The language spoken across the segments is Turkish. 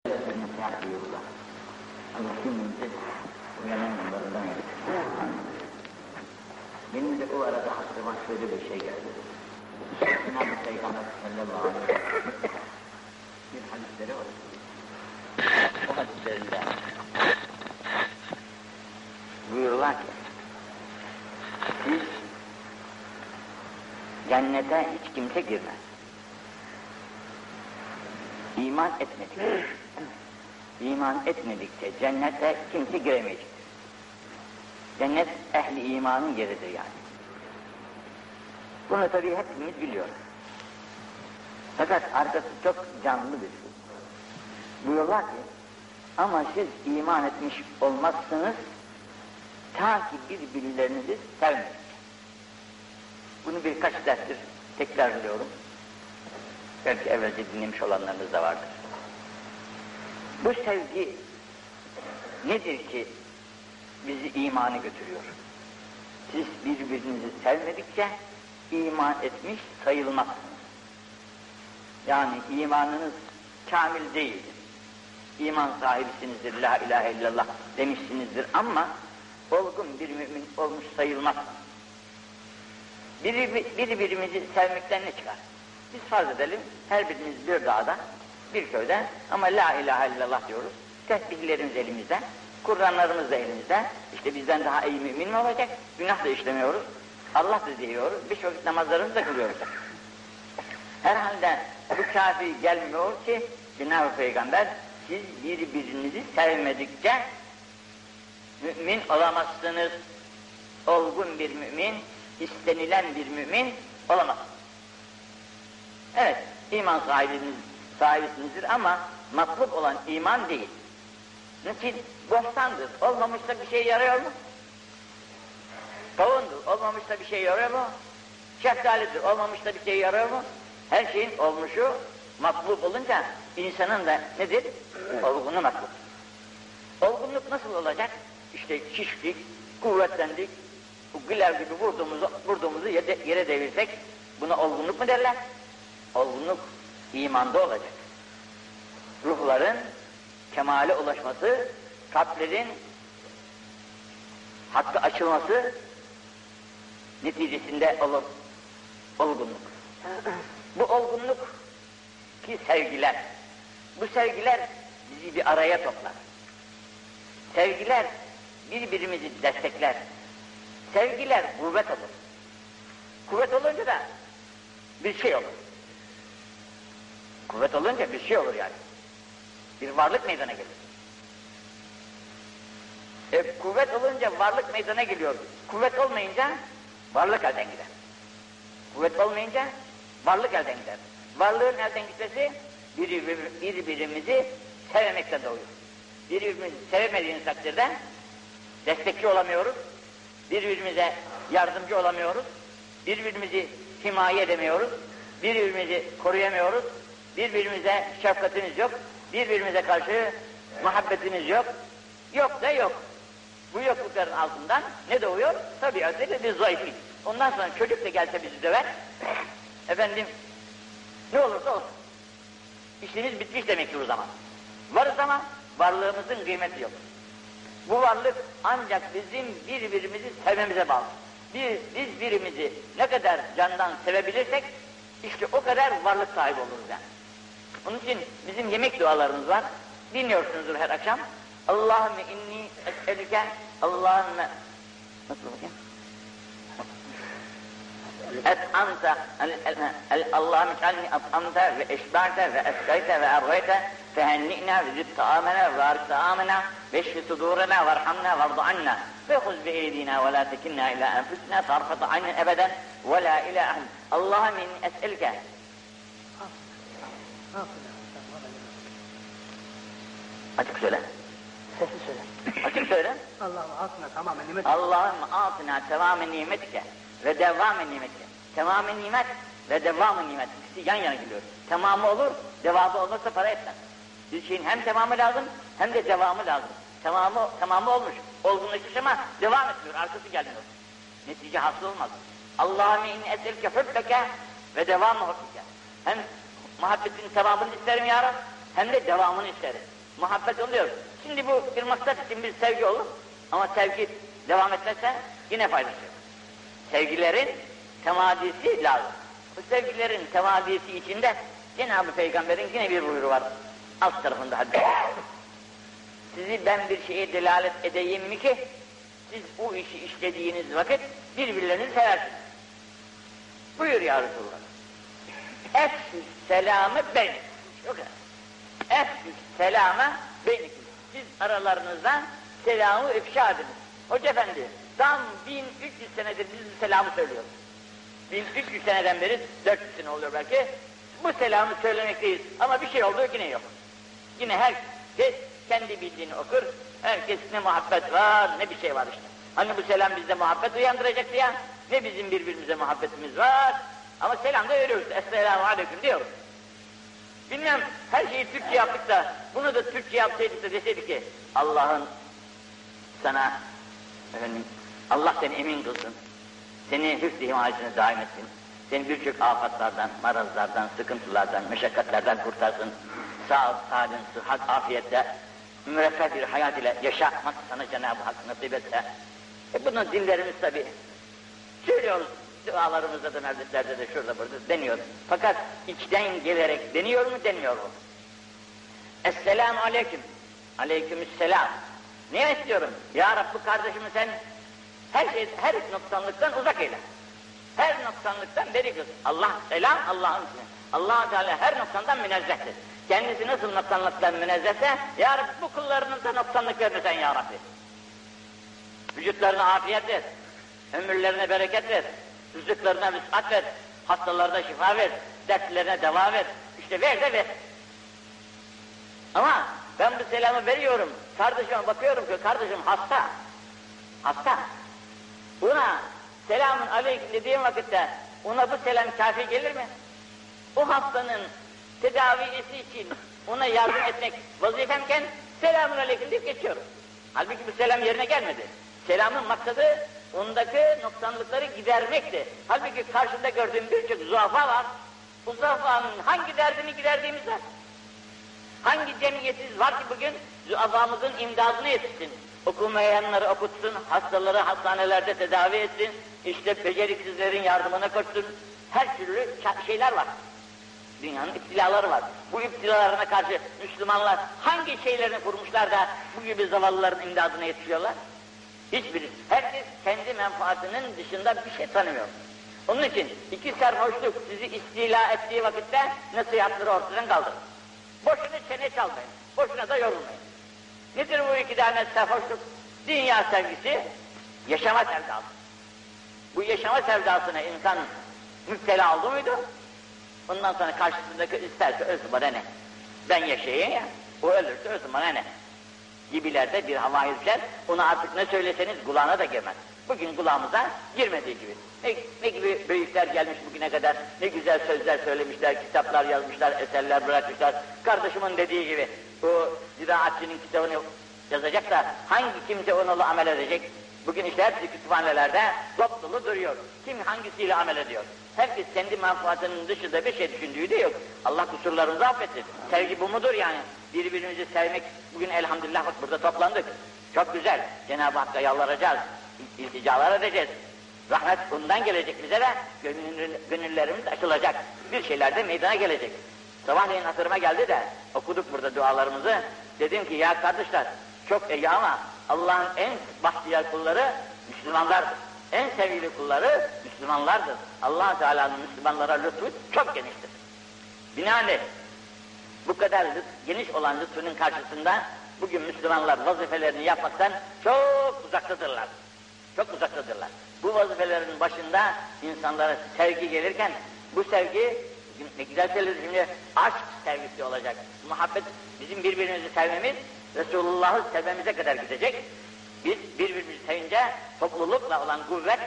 Nasihat buyurdular. Şimdi uyanan yıllarından benim de o arada hatırıma şöyle bir şey geldi. Cenab-ı Peygamber sallallahu aleyhi ve sellem bir hadisleri var. O hadislerinde buyururlar ki siz cennete hiç kimse girmez. İman etmedikçe, iman etmedikçe cennete kimse giremeyecektir. Cennet ehli imanın yeridir yani. Bunu tabii hepimiz biliyoruz. Fakat arkası çok canlı bir şey. Buyurlar ki, ama siz iman etmiş olmazsınız ta ki birbirlerinizi sevmedikçe. Bunu birkaç derstir tekrarlıyorum. Belki evvelce dinlemiş olanlarınız da vardır. Bu sevgi nedir ki bizi imana götürüyor? Siz birbirinizi sevmedikçe iman etmiş sayılmazsınız. Yani imanınız kamil değildir. İman sahibisinizdir, la ilahe illallah demişsinizdir ama olgun bir mümin olmuş sayılmazsınız. Birbirimizi sevmekten ne çıkar? Biz farz edelim, her birimiz bir dağda, bir köyde ama la ilahe illallah diyoruz. Tesbihlerimiz elimizde, Kur'anlarımız da elimizde. İşte bizden daha iyi mümin mi olacak? Günah da işlemiyoruz. Allah da diyoruz, birçok namazlarımızı da kılıyoruz. Herhalde bu kafi gelmiyor ki Cenab-ı Peygamber siz birbirinizi sevmedikçe mümin olamazsınız. Olgun bir mümin, istenilen bir mümin olamaz. Evet, iman sahibisinizdir ama matlub olan iman değil. Niçin? Bohtandır, olmamışsa bir şey yarıyor mu? Kavundur, olmamışsa bir şey yarıyor mu? Şeftalidir, olmamışsa bir şey yarıyor mu? Her şeyin olmuşu matlub olunca insanın da nedir? Olgunu matlub. Olgunluk nasıl olacak? İşte şiştik, kuvvetlendik, bu güler gibi vurduğumuzu yere devirsek buna olgunluk mu derler? Olgunluk imanda olacak. Ruhların kemale ulaşması, kalplerin hakka açılması neticesinde olur olgunluk. Bu olgunluk ki sevgiler. Bu sevgiler bizi bir araya toplar. Sevgiler birbirimizi destekler. Sevgiler kuvvet olur. Kuvvet olunca da bir şey olur. Kuvvet olunca bir şey olur yani. Bir varlık meydana gelir. Kuvvet olunca varlık meydana geliyor. Kuvvet olmayınca varlık elden gider. Kuvvet olmayınca varlık elden gider. Varlığın elden gitmesi birbirimizi sevmemekten doğuyor. Birbirimizi sevmediğiniz takdirde destekçi olamıyoruz. Birbirimize yardımcı olamıyoruz. Birbirimizi himaye edemiyoruz. Birbirimizi koruyamıyoruz. Birbirimize şefkatimiz yok. Birbirimize karşı muhabbetimiz yok. Yok da yok. Bu yoklukların altından ne doğuyor? Tabiatıyla bir zayıflık. Ondan sonra çocuk da gelse bizi döver. Efendim, ne olursa olsun. İşimiz bitmiş demektir o zaman. Varız ama varlığımızın kıymeti yok. Bu varlık ancak bizim birbirimizi sevmemize bağlı. Biz birimizi ne kadar candan sevebilirsek işte o kadar varlık sahibi oluruz yani. Onun için bizim yemek dualarımız var. Dinliyorsunuzdur her akşam. Allahümme inni es'elüke Allahümme nasıl bakayım? Et'amte Allahümme ec'alni et'amte ve eşba'te ve esgayte ve ergayte fehenni'na ve zid ta'amena ve arik ta'amena ve şfi sudurena ve arhamna ve ardu anna ve huz bi eydina ve la tekinna ila enfusina tarfata aynen ebeden ve la ilahe Allahümme inni es'elüke açık söyle. Sesli söyle. Açık söyle. Allah'ım altına tamamen nimet. Allahümme atına temamen nimetike ve devamen nimetike. Temamen nimet ve devamı nimet. İkisi yan yana geliyor. Tamamı olur, devamı olmazsa para etmez. Bir şeyin hem tamamı lazım hem de devamı lazım. Tamamı olmuş, olgunlaşmış ama devam etmiyor, arkası gelmiyor. Netice hasıl olmaz. Allahümme inni es'elke hübbeke ve devamı hübbeke. Hem muhabbetin tamamını isterim ya Rabbi, hem de devamını isteriz. Muhabbet oluyor. Şimdi bu bir maksat için bir sevgi olur ama sevgi devam etmezse yine faydası yok. Sevgilerin temadisi lazım. Bu sevgilerin temadisi içinde Cenab-ı Peygamber'in yine bir buyruğu var. Alt tarafında hadis. Sizi ben bir şeye delalet edeyim mi ki siz bu işi işlediğiniz vakit birbirlerini seversiniz. Buyur ya Resulullah. Efsü selamı beynikum. O kadar. Efsü selamı beynikum. Siz aralarınızda selamı ifşa ediniz. Hoca efendi, tam 1300 senedir biz bu selamı söylüyoruz. 1300 seneden beri, 400 sene oluyor belki, bu selamı söylemekteyiz. Ama bir şey oldu yine yok. Yine herkes kendi bildiğini okur, herkes ne muhabbet var, ne bir şey var işte. Hani bu selam bizde muhabbet uyandıracaktı ya, ne bizim birbirimize muhabbetimiz var, ama selam da veriyoruz, Esselamu Aleyküm diyoruz. Bilmem, her şeyi Türkçe yaptık da, bunu da Türkçe yapsaydık da deseydik ki, Allah'ın sana, efendim, Allah seni emin kılsın, seni hıfz-ı himayesine daim etsin, seni birçok afatlardan, marazlardan, sıkıntılardan, meşakkatlerden kurtarsın, sağlığın, sıhhat, afiyette, müreffeh bir hayat ile yaşamak sana Cenab-ı Hak nasip etse, bunu dillerimiz tabi söylüyoruz, dualarımızda da, mevlitlerde de, şurada burada deniyor. Fakat içten gelerek deniyor mu, denmiyor mu? Esselamu Aleyküm, Aleykümüsselam. Ne istiyorum? Ya Rabbi kardeşimi sen her noksanlıktan uzak eyle. Her noksanlıktan beri kıl. Allah selam, Allah'ın ismi. Allah Teala her noksandan münezzehtir. Kendisi nasıl noksanlıktan münezzehse, ya Rabbi bu kullarının da noksanlık verme sen ya Rabbi. Vücutlarına afiyet ver, ömürlerine bereket ver, rızıklarına vüs'at ver, hastalarına şifa ver, dertlerine deva ver. İşte ver de ver. Ama ben bu selamı veriyorum, kardeşime bakıyorum ki kardeşim hasta. Hasta. Buna selamun aleyküm dediğim vakitte ona bu selam kafi gelir mi? O hastanın tedavisi için ona yardım etmek vazifemken selamun aleyküm deyip geçiyorum. Halbuki bu selam yerine gelmedi. Selamın maksadı ondaki noksanlıkları gidermekti. Halbuki karşında gördüğüm birçok zuafa var. Bu zuafanın hangi derdini giderdiğimiz var? Hangi cemiyetiz var ki bugün zuafamızın imdadına yetişsin? Okumayanları okutsun, hastaları hastanelerde tedavi etsin, işte beceriksizlerin yardımına koşsun. Her türlü şeyler var. Dünyanın iptilaları var. Bu iptilalarına karşı Müslümanlar hangi şeylerini kurmuşlar da bu gibi zavallıların imdadına yetişiyorlar? Hiçbiri. Herkes kendi menfaatinin dışında bir şey tanımıyor. Onun için iki sarhoşluk sizi istila ettiği vakitte nasihatleri ortadan kaldırın. Boşuna çene çalmayın, boşuna da yorulmayın. Nedir bu iki tane sarhoşluk? Dünya sevgisi, yaşama sevdası. Bu yaşama sevdasına insan müptela oldu muydu? Ondan sonra karşısındaki isterse ölsün bana ne? Ben yaşayayım ya, o ölürse ölsün bana ne? Gibilerde bir havaizler, ona artık ne söyleseniz kulağına da girmez. Bugün kulağımıza girmediği gibi. Ne gibi büyükler gelmiş bugüne kadar, ne güzel sözler söylemişler, kitaplar yazmışlar, eserler bırakmışlar. Kardeşimin dediği gibi, bu ziraatçının kitabını yazacak da hangi kimse onunla amel edecek? Bugün işte hepsi kütüphanelerde dop dolu duruyor. Kim hangisiyle amel ediyor? Herkes kendi menfaatinin dışında bir şey düşündüğü de yok. Allah kusurlarımızı affetsin. Sevgi bu mudur yani? Birbirimizi sevmek, bugün elhamdülillah bak burada toplandık. Çok güzel. Cenab-ı Hakk'a yalvaracağız, ilticalar edeceğiz. Rahmet bundan gelecek bize ve gönüllerimiz açılacak. Bir şeyler de meydana gelecek. Sabahleyin hatırıma geldi de okuduk burada dualarımızı. Dedim ki ya kardeşler çok iyi ama Allah'ın en bahtiyar kulları Müslümanlardır. En sevgili kulları Müslümanlardır. Allah Teala'nın Müslümanlara lütfu çok geniştir. Binaenaleyh bu kadar geniş olan lütfunun karşısında bugün Müslümanlar vazifelerini yapmaktan çok uzaktadırlar. Çok uzaktadırlar. Bu vazifelerin başında insanlara sevgi gelirken bu sevgi ne güzel söyledi şimdi aşk sevgisi olacak. Muhabbet bizim birbirimizi sevmemiz Resulullah'ı sevmemize kadar gidecek. Biz birbirimizi sevince toplulukla olan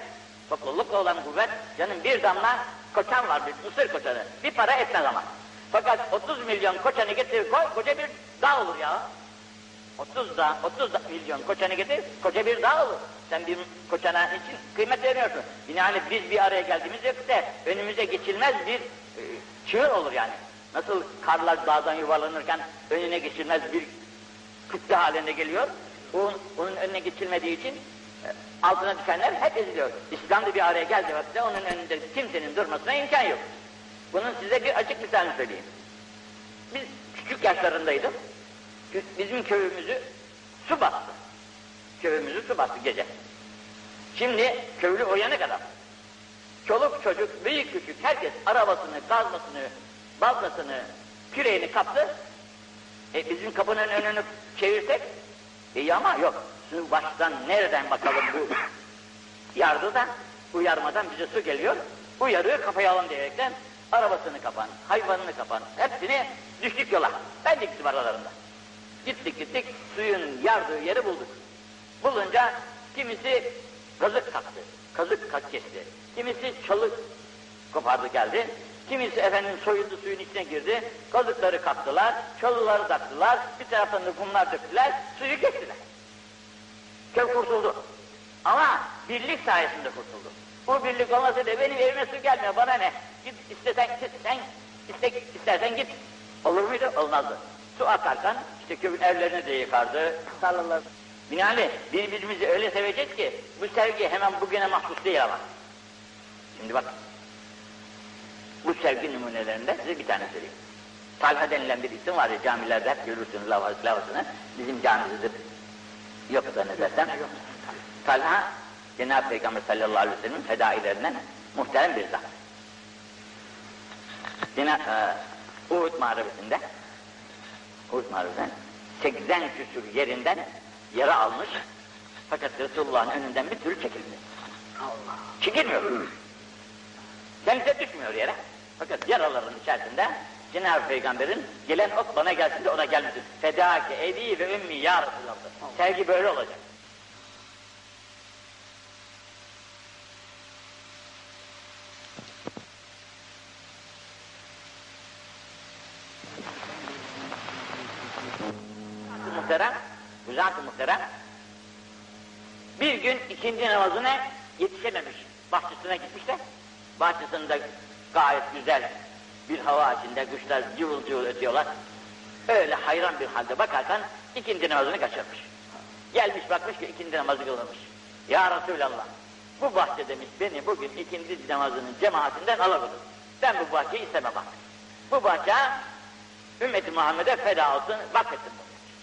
kuvvet, canım bir damla koçan var, bir mısır koçanı, bir para etmez ama. Fakat 30 milyon koçanı getir koy, koca bir dağ olur ya. 30 milyon koçanı getir, koca bir dağ olur. Sen bir koçana için kıymet veriyorsun. Binaenaleyh biz bir araya geldiğimiz vakitte önümüze geçilmez bir çığır olur yani. Nasıl karlar dağdan yuvarlanırken önüne geçilmez bir kütle haline geliyor. Onun önüne geçilmediği için altına düşenler hep eziliyor. İslam da bir araya geldi vakitte onun önünde kimsenin durmasına imkan yok. Bunun size bir açık misalini söyleyeyim. Biz küçük yaşlarındaydık. Bizim köyümüzü su bastı. Köyümüzü su bastı gece. Şimdi köylü uyanık adam. Çoluk çocuk, büyük küçük herkes arabasını, kazmasını, baltasını, küreğini kaptı. Bizim kapının önünü çevirsek, iyi ama yok. Su baştan nereden bakalım bu yardı da, uyarmadan bize su geliyor, uyarıyor kapayalım diyerekten arabasını kapan, hayvanını kapan, hepsini düştük yola. Ben de gittim aralarında. Gittik, suyun yardığı yeri bulduk. Bulunca kimisi kazık taktı, kazık kesti. Kimisi çalı kopardı geldi. Kimisi efendim soyuldu suyun içine girdi. Kazıkları kaptılar, çalıları taktılar. Bir taraftan da kumlar döktüler, suyu kestiler. Köy kurtuldu. Ama birlik sayesinde kurtuldu. Bu birlik olmasa da benim evime su gelmiyor, bana ne? Git istersen git. Olur muydu? Olmazdı. Su akarken işte köyün evlerini de yıkardı. Tarlalar. Binaenaleyh birbirimizi öyle seveceğiz ki bu sevgi hemen bugüne mahsus değil ama. Şimdi bak, bu sevgi numunelerinde size bir tane söyleyeyim. Talha denilen bir isim var ya, camilerde hep görürsünüz lavasını. Bizim camimizde yok zannedersem. Talha, Cenab-ı Peygamber sallallahu aleyhi ve sellem'in fedailerinden muhterem bir zat. Uhud Mağarabesi'nde 80 küsur yerinden yara almış, fakat Resulullah'ın önünden bir türlü çekilmiyor. Allah! Çekilmiyor. Kendisi düşmüyor yere. Fakat yaraların içerisinde Cenab-ı Peygamber'in gelen ok bana gelsin de ona gelmesin. Fedâke evi ve ümmi ya Resulallah. Sevgi böyle olacak. Bu zat-ı muhterem bir gün ikindi namazına yetişememiş. Bahçesine gitmiş de bahçesinde gayet güzel bir hava içinde kuşlar cıvıl cıvıl ötüyorlar. Öyle hayran bir halde bakarken ikindi namazını kaçırmış. Gelmiş bakmış ki ikindi namazı kılınmış. Ya Resulallah, bu bahçe demiş beni bugün ikindi namazının cemaatinden alamadın. Ben bu bahçeyi istemem bak. Bu bahçe ümmeti Muhammed'e feda olsun, vakfettim.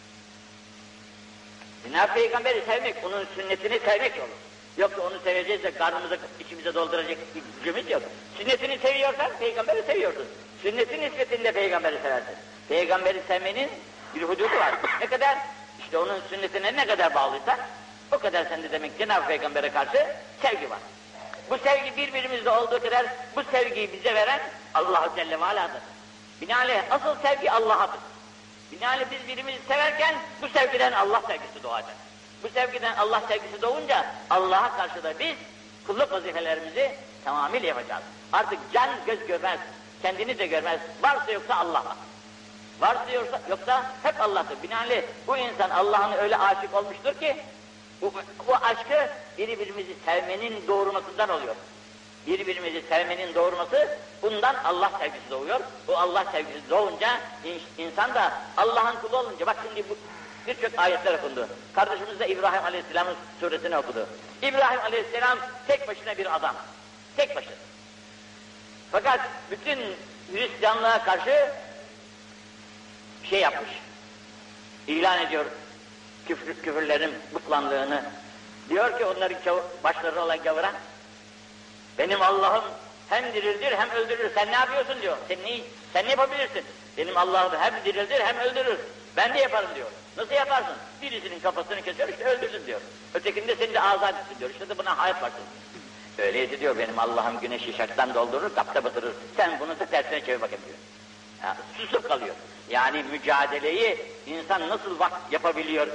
Cenab-ı Peygamber'i sevmek, onun sünnetini sevmek olur. Yoksa onu seveceğiz de karnımıza, içimize dolduracak bir gücümüz yok. Sünnetini seviyorsan Peygamber'i seviyorsun. Sünnetin nispetinde Peygamber'i seversin. Peygamber'i sevmenin bir hududu var. Ne kadar? İşte onun sünnetine ne kadar bağlıysa o kadar sende demek Cenab-ı Peygamber'e karşı sevgi var. Bu sevgi birbirimizde olduğu kadar bu sevgiyi bize veren Allah-u Celle ve Ala'dır. Binaenaleyh asıl sevgi Allah'adır. Binaenaleyh biz birbirimizi severken bu sevgiden Allah sevgisi doğacak. Bu sevgiden Allah sevgisi doğunca Allah'a karşı da biz kulluk vazifelerimizi tamamıyla yapacağız. Artık can göz görmez, kendini de görmez. Varsa yoksa Allah var. Varsa yoksa hep Allah'tır. Binaenaleyh bu insan Allah'ın öyle aşık olmuştur ki bu aşkı birbirimizi sevmenin doğurmasından oluyor. Birbirimizi sevmenin doğurması bundan Allah sevgisi doğuyor. Bu Allah sevgisi doğunca insan da Allah'ın kulu olunca bak şimdi bu birçok ayetler okundu. Kardeşimiz de İbrahim Aleyhisselam'ın suresini okudu. İbrahim Aleyhisselam tek başına bir adam. Tek başına. Fakat bütün Hristiyanlığa karşı şey yapmış. İlan ediyor küfürlerin butlanlığını. Diyor ki onların başlarına olan gavura, benim Allah'ım hem dirildir hem öldürür. Sen ne yapıyorsun diyor. Sen ne yapabilirsin? Benim Allah'ım hem dirildir hem öldürür. Ben de yaparım diyor. Nasıl yaparsın? Birisinin kafasını kesiyor işte öldürsün diyor. Ötekinde seni de azat etsin diyor. İşte de buna hayat varsın. Öyleydi diyor benim Allah'ım güneşi şaktan doldurur, kapta batırır. Sen bunu da tersine çevir bakayım diyor. Ya, susup kalıyor. Yani mücadeleyi insan nasıl yapabiliyor?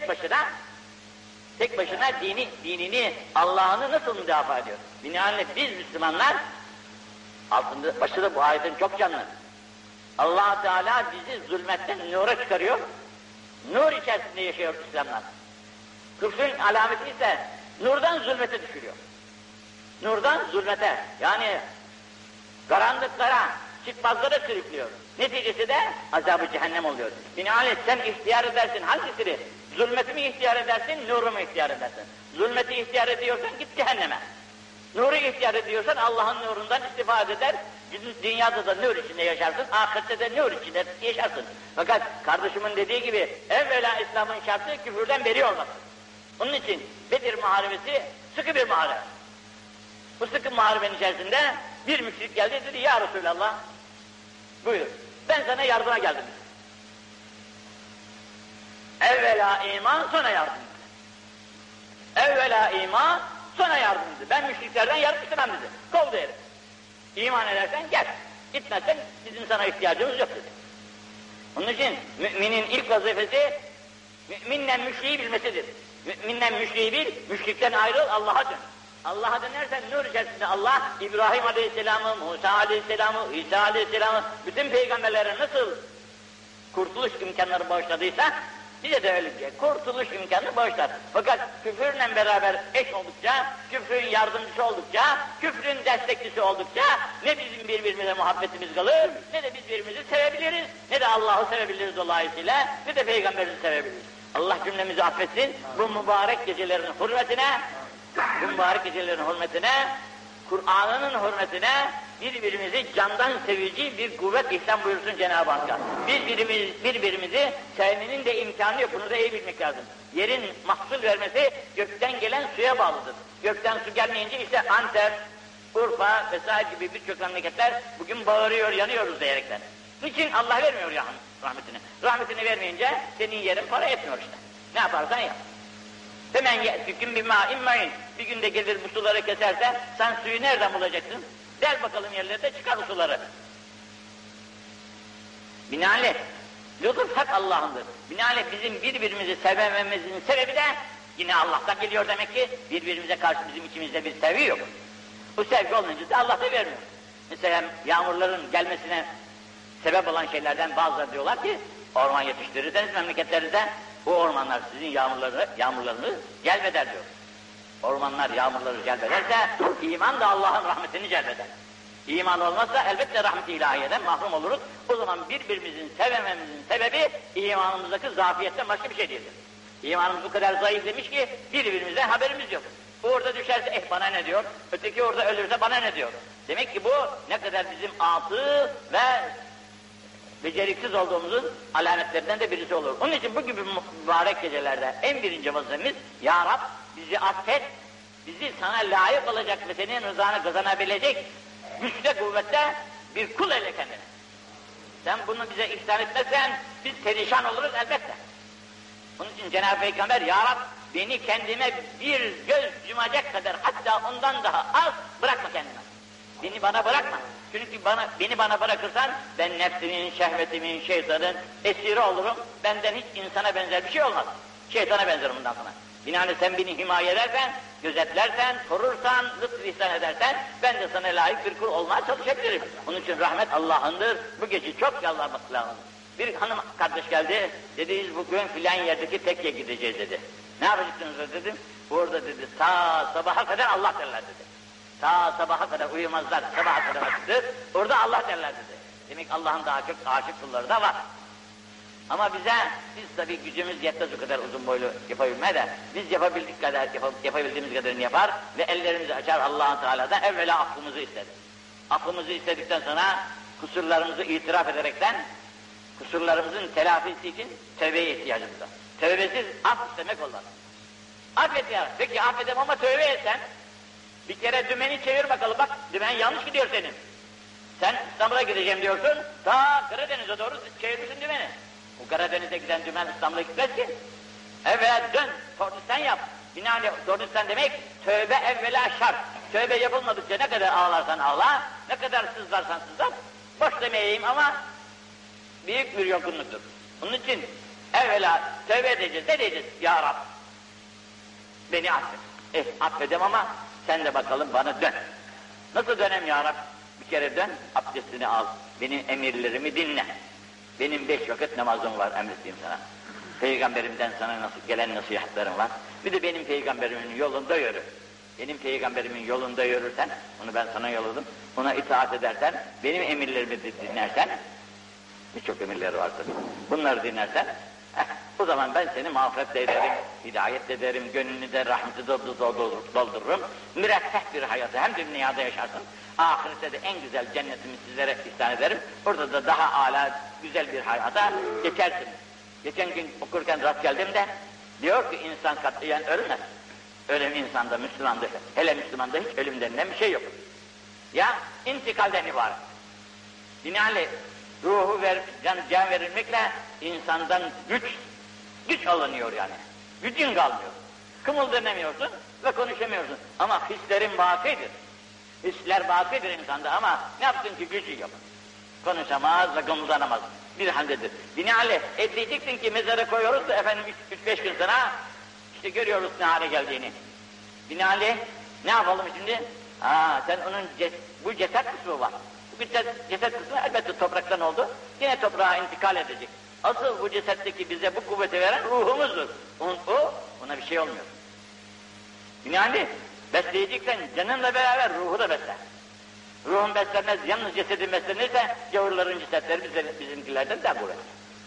Tek başına dinini, Allah'ını nasıl müdafaa ediyor? Binaenaleyh biz Müslümanlar, başında bu ayetin çok canlı. Allah Teala bizi zulmetten nura çıkarıyor, nur içerisinde yaşıyor İslamlar. Küfrün alameti ise nurdan zulmete düşürüyor. Nurdan zulmete, yani karanlıklara, çıkmazlara sürüklüyor. Neticesi de azab-ı cehennem oluyor. Binaenaleyh sen ihtiyar edersin hangisini? Zulmeti mi ihtiyar edersin, nuru mu ihtiyar edersin? Zulmeti ihtiyar ediyorsan git cehenneme. Nuru ihtiyar ediyorsan Allah'ın nurundan istifade eder. Dünyada da nur içinde yaşarsın, ahirette de nur içinde yaşarsın. Fakat kardeşimin dediği gibi evvela İslam'ın şartı küfürden beri olması. Onun için Bedir Muharebesi sıkı bir muharebe. Bu sıkı muharebenin içerisinde bir müşrik geldi dedi ya Resulallah buyur ben sana yardıma geldim. Evvela iman sonra yardım. Evvela iman sonra yardım dedi. Ben müşriklerden yardım istemem dedi. Kovdu herif. İman edersen gel. Gitmezsen bizim sana ihtiyacımız yok dedi. Onun için müminin ilk vazifesi müminle müşriği bilmesidir. Müminle müşriği bil, müşrikten ayrıl, Allah'a dön. Allah'a dönersen nur içerisinde Allah, İbrahim Aleyhisselam'ı, Musa Aleyhisselam'ı, İsa Aleyhisselam'ı, bütün peygamberlere nasıl kurtuluş imkanları bağışladıysa, size de öyle diye kurtuluş imkanını bağışlar. Fakat küfürle beraber eş oldukça, küfrün yardımcısı oldukça, küfrün destekçisi oldukça ne bizim birbirimize muhabbetimiz kalır, ne de biz birbirimizi sevebiliriz, ne de Allah'ı sevebiliriz dolayısıyla, ne de Peygamberimizi sevebiliriz. Allah cümlemizi affetsin, bu mübarek gecelerin hürmetine, Kur'an'ın hürmetine birbirimizi candan sevici bir kuvvet ihsan buyursun Cenab-ı Hakk'a. Biz birbirimizi sevmenin de imkanı yok, bunu da iyi bilmek lazım. Yerin mahsul vermesi gökten gelen suya bağlıdır. Gökten su gelmeyince işte Antep, Urfa vesaire gibi birçok memleketler bugün bağırıyor, yanıyoruz diyerekten. Niçin? Allah vermiyor ya rahmetini. Rahmetini vermeyince senin yerin para etmiyor işte. Ne yaparsan yap. Hemen yetüküm bir ma'in. Bir günde gelir bu suları keserse sen suyu nereden bulacaksın? Del bakalım yerlerde çıkar bu suları. Binaenaleyh lütuf hep Allah'ındır. Binaenaleyh bizim birbirimizi sevmememizin sebebi de yine Allah'tan geliyor demek ki birbirimize karşı bizim içimizde bir sevgi yok. Bu sevgi olmayınca da Allah da vermiyor. Mesela yağmurların gelmesine sebep olan şeylerden bazıları diyorlar ki orman yetiştirirseniz memleketlerinizde bu ormanlar sizin yağmurlarını celbeder diyor. Ormanlar yağmurları celbederse iman da Allah'ın rahmetini celbeder. İman olmazsa elbette rahmet-i ilahiyeden mahrum oluruz. O zaman birbirimizin sevmememizin sebebi imanımızdaki zafiyetten başka bir şey değildir. İmanımız bu kadar zayıf demiş ki birbirimizden haberimiz yok. Bu orada düşerse bana ne diyor, öteki orada ölürse bana ne diyor. Demek ki bu ne kadar bizim atı ve beceriksiz olduğumuzun alametlerinden de birisi olur. Onun için bu gibi mübarek gecelerde en birinci vazifemiz Ya Rab bizi affet, bizi sana layık olacak ve senin rızanı kazanabilecek güçte kuvvette bir kul eyle kendine. Sen bunu bize ihsan etmezsen biz perişan oluruz elbette. Onun için Cenab-ı Peygamber Ya Rab beni kendime bir göz yumacak kadar hatta ondan daha az bırakma kendime. Beni bana bırakma. Çünkü beni bana bırakırsan ben nefsimin, şehvetimin, şeytanın esiri olurum. Benden hiç insana benzer bir şey olmaz. Şeytana benzerim bundan sonra. Binaenaleyh sen beni himaye edersen, gözetlersen, korursan, lütf ihsan edersen ben de sana layık bir kul olmaya çalışabilirim. Onun için rahmet Allah'ındır. Bu gece çok yalvarmak lazım. Bir hanım kardeş geldi, dedi biz bugün filan yerdeki tekkeye gideceğiz dedi. Ne yapacaksınız dedim. Burada dedi sabaha kadar Allah derler dedi. Ta sabaha kadar uyumazlar, sabaha kadar vakittir. Orada Allah derler dedi. Demek Allah'ın daha çok aşık kulları da var. Ama biz tabii gücümüz yetmez o kadar uzun boylu yapabilmeye de biz yapabildiğimiz kadarını yapar ve ellerimizi açar Allah-u Teala'dan evvela affımızı isteriz. Affımızı istedikten sonra kusurlarımızı itiraf ederekten kusurlarımızın telafisi için tövbeye ihtiyacımız var. Tövbesiz af istemek olmaz. Affet ya. Peki affedem ama tövbe etsen bir kere dümeni çevir bakalım bak dümen yanlış gidiyor senin. Sen İstanbul'a gideceğim diyorsun ta Karadeniz'e doğru çevirmişsin dümeni. Bu Karadeniz'e giden dümen İstanbul'a gitmez ki. Evet dön, Tordistan yap. Binaenaleyh Tordistan demek tövbe evvela şart. Tövbe yapılmadıkça ne kadar ağlarsan ağla, ne kadar sızlarsan sızlar. Boş demeyeyim ama büyük bir yorgunluktur. Bunun için evvela tövbe edeceğiz, ne diyeceğiz? Ya Rab, beni affet. Affedem ama sen de bakalım bana dön. Nasıl dönem ya Rab? Bir kere dön, abdestini al. Benim emirlerimi dinle. Benim 5 vakit namazım var emrettiğim sana. Peygamberimden sana nasıl gelen nasihatlerim var. Bir de benim peygamberimin yolunda yürü. Benim peygamberimin yolunda yürürsen, onu ben sana yolladım, ona itaat edersen, benim emirlerimi dinlersen, Birçok emirleri vardır. Bunları dinlersen, o zaman ben seni mağfiret ederim, hidayet ederim, gönlünü de rahmeti doldururum. Müreffeh bir hayatı hem dünyada yaşarsın, ahirette de en güzel cennetimi sizlere ihsan ederim. Orada da daha âlâ, güzel bir hayata geçersin. Geçen gün okurken rast geldim de, diyor ki insan katiyen ölmez. Ölüm insanda, Müslümanda, hele Müslümanda hiç ölüm denilen bir şey yok. Ya intikalden ibaret. Binaenaleyh ruhu can verilmekle insandan güç alınıyor yani. Gücün kalmıyor. Kımıldanamıyorsun ve konuşamıyorsun. Ama hislerin bakidir. Hisler bakidir insanda ama ne yaptın ki gücü yok. Konuşamaz ve kımıldanamaz. Bir haldedir. Binaenaleyh diyeceksin ki mezara koyuyoruz da efendim 3-5 gün sonra işte görüyoruz ne hale geldiğini. Binaenaleyh ne yapalım şimdi? Sen onun bu ceset kısmı var. Bu ceset kısmı elbette topraktan oldu. Yine toprağa intikal edecek. Asıl bu cesetteki bize bu kuvveti veren ruhumuzdur. Ona bir şey olmuyor. Binaenaleyh besleyeceksen canınla beraber ruhu da besler. Ruhun beslenmez, yalnız cesedin beslenirse gavurların cesetleri bizimkilerden daha kuvvetli.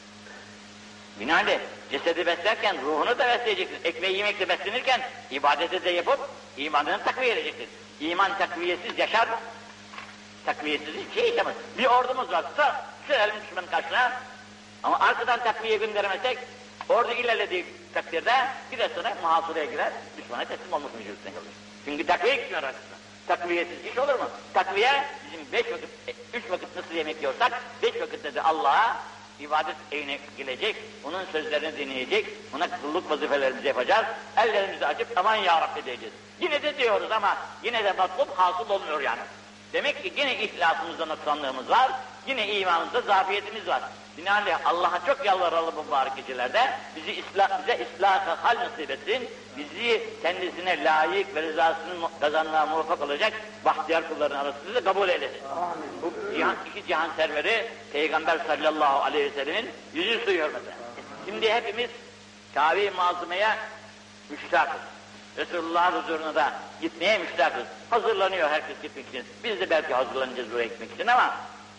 Binaenaleyh cesedi beslerken ruhunu da besleyeceksin. Ekmeği yemekle beslenirken ibadeti de yapıp imanını takviye edeceksin. İman takviyesiz yaşar mı? Takviyesiz hiçbir şey yaşamaz. Bir ordumuz var, sürelim düşmanın karşısına. Ama arkadan takviye gönderemezsek, ordu ilerlediği takdirde bir de sonra muhasıraya girer, düşmana teslim olmak mecburiyetine kalır. Çünkü takviye gitmiyor arkasından. Takviyesiz iş olur mu? Takviye bizim 3 vakit nasıl yemek yiyorsak, 5 vakitte de Allah'a ibadet evine gelecek, onun sözlerini dinleyecek, ona kulluk vazifelerimizi yapacağız, ellerimizi açıp aman ya Rabbi diyeceğiz. Yine de diyoruz ama yine de matlub hasıl olmuyor yani. Demek ki yine ihlasımızda noksanlığımız var, yine imanımızda zafiyetimiz var. Binaenaleyh Allah'a çok yalvaralım bu mübarek gecelerde, bize ıslah-ı hal nasip etsin, bizi kendisine layık ve rızasının kazanmaya muvaffak olacak bahtiyar kulların arasında da kabul eylesin. Bu iki cihan serveri Peygamber sallallahu aleyhi ve sellemin yüzü suyu hürmetine. Şimdi hepimiz Kabe-i Mazlume'ye müştakız. Resulullah'ın huzuruna da gitmeye müştakız. Hazırlanıyor herkes gitmek için. Biz de belki hazırlanacağız buraya gitmek için ama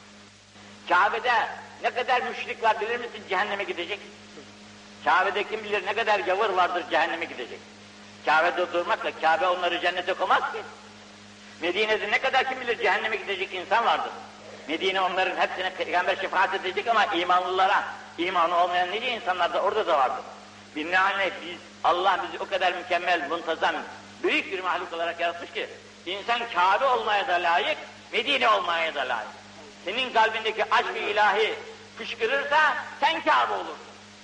Kabe'de ne kadar müşrik var bilir misin cehenneme gidecek? Kabe'de kim bilir ne kadar gavur vardır cehenneme gidecek. Kabe'de durmakla Kabe onları cennete koymaz ki. Medine'de ne kadar kim bilir cehenneme gidecek insan vardır. Medine onların hepsine Peygamber şefaat edecek ama imanlılara, imanı olmayan nice insanlar da orada da vardır. Binaenaleyh Allah bizi o kadar mükemmel, muntazam, büyük bir mahluk olarak yaratmış ki insan Kabe olmaya da layık, Medine olmaya da layık. Senin kalbindeki aşk-ı ilahi fışkırırsa sen Kabe olursun.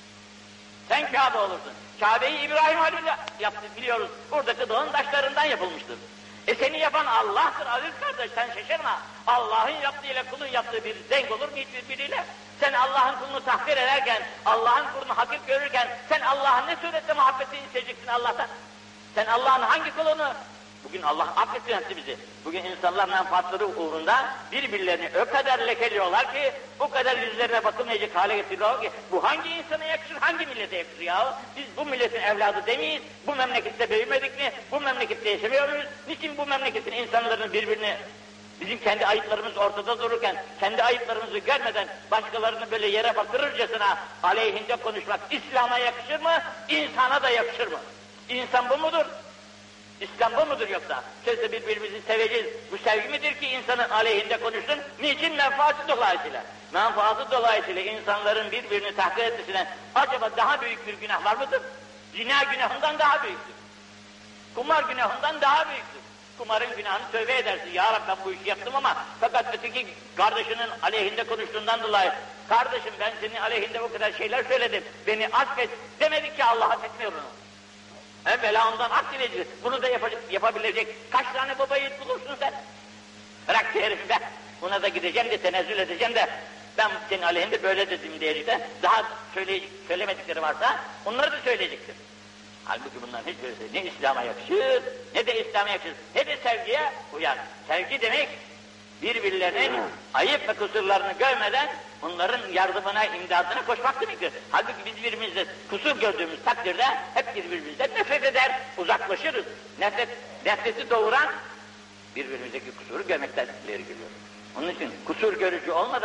Sen Kabe olursun. Kabe'yi İbrahim Halil'le yaptı biliyoruz. Buradaki dağın taşlarından yapılmıştır. Seni yapan Allah'tır aziz kardeş, sen şaşırma. Allah'ın yaptığı ile kulun yaptığı bir denk olur mu hiçbiriyle? Sen Allah'ın kulunu takdir ederken, Allah'ın kulunu hakir görürken, sen Allah'ın ne surette muhabbetini isteyeceksin Allah'tan? Sen Allah'ın hangi kulunu? Bugün Allah affetsin hepsi bizi. Bugün insanlar menfaatleri uğrunda birbirlerini o kadar lekeliyorlar ki, o kadar yüzlerine bakılmayacak hale getiriyorlar ki, bu hangi insana yakışır, hangi millete yakışır ya? Biz bu milletin evladı demeyiz, bu memlekette büyümedik mi, bu memlekette yaşamıyor muyuz? Niçin bu memleketin insanların birbirini, bizim kendi ayıplarımız ortada dururken, kendi ayıplarımızı görmeden başkalarını böyle yere batırırcasına aleyhinde konuşmak İslam'a yakışır mı, insana da yakışır mı? İnsan bu mudur? İslam bu mudur yoksa? Sözde birbirimizi seveceğiz. Bu sevgi midir ki insanın aleyhinde konuşsun? Niçin? Menfaati dolayısıyla. Menfaati dolayısıyla insanların birbirini tahkir etmesine acaba daha büyük bir günah var mıdır? Zina günahından daha büyüktür. Kumar günahından daha büyüktür. Kumarın günahını tövbe edersin. Ya Rabbi ben bu işi yaptım ama fakat öteki kardeşinin aleyhinde konuştuğundan dolayı kardeşim ben senin aleyhinde bu kadar şeyler söyledim. Beni affet demedik ki Allah affetmiyor bunu. Evvela ondan af dileyeceğiz. Bunu da yapabilecek kaç tane baba yiğit bulursun sen? Bırak herifi be. Buna da gideceğim de tenezzül edeceğim de ben senin aleyhinde böyle dedim diyecek de daha söylemedikleri varsa onları da söyleyecektir. Halbuki bunların hiçbirisi ne İslam'a yakışır, ne de İslam'a yakışır, ne de sevgiye uyar. Sevgi demek birbirlerinin ayıp ve kusurlarını görmeden onların yardımına, imdadına koşmak demektir. Halbuki biz birbirimizle kusur gördüğümüz takdirde hep birbirimizden nefret eder, uzaklaşırız. Nefreti doğuran birbirimizdeki kusuru görmekten ileri geliyor. Onun için kusur görücü olma da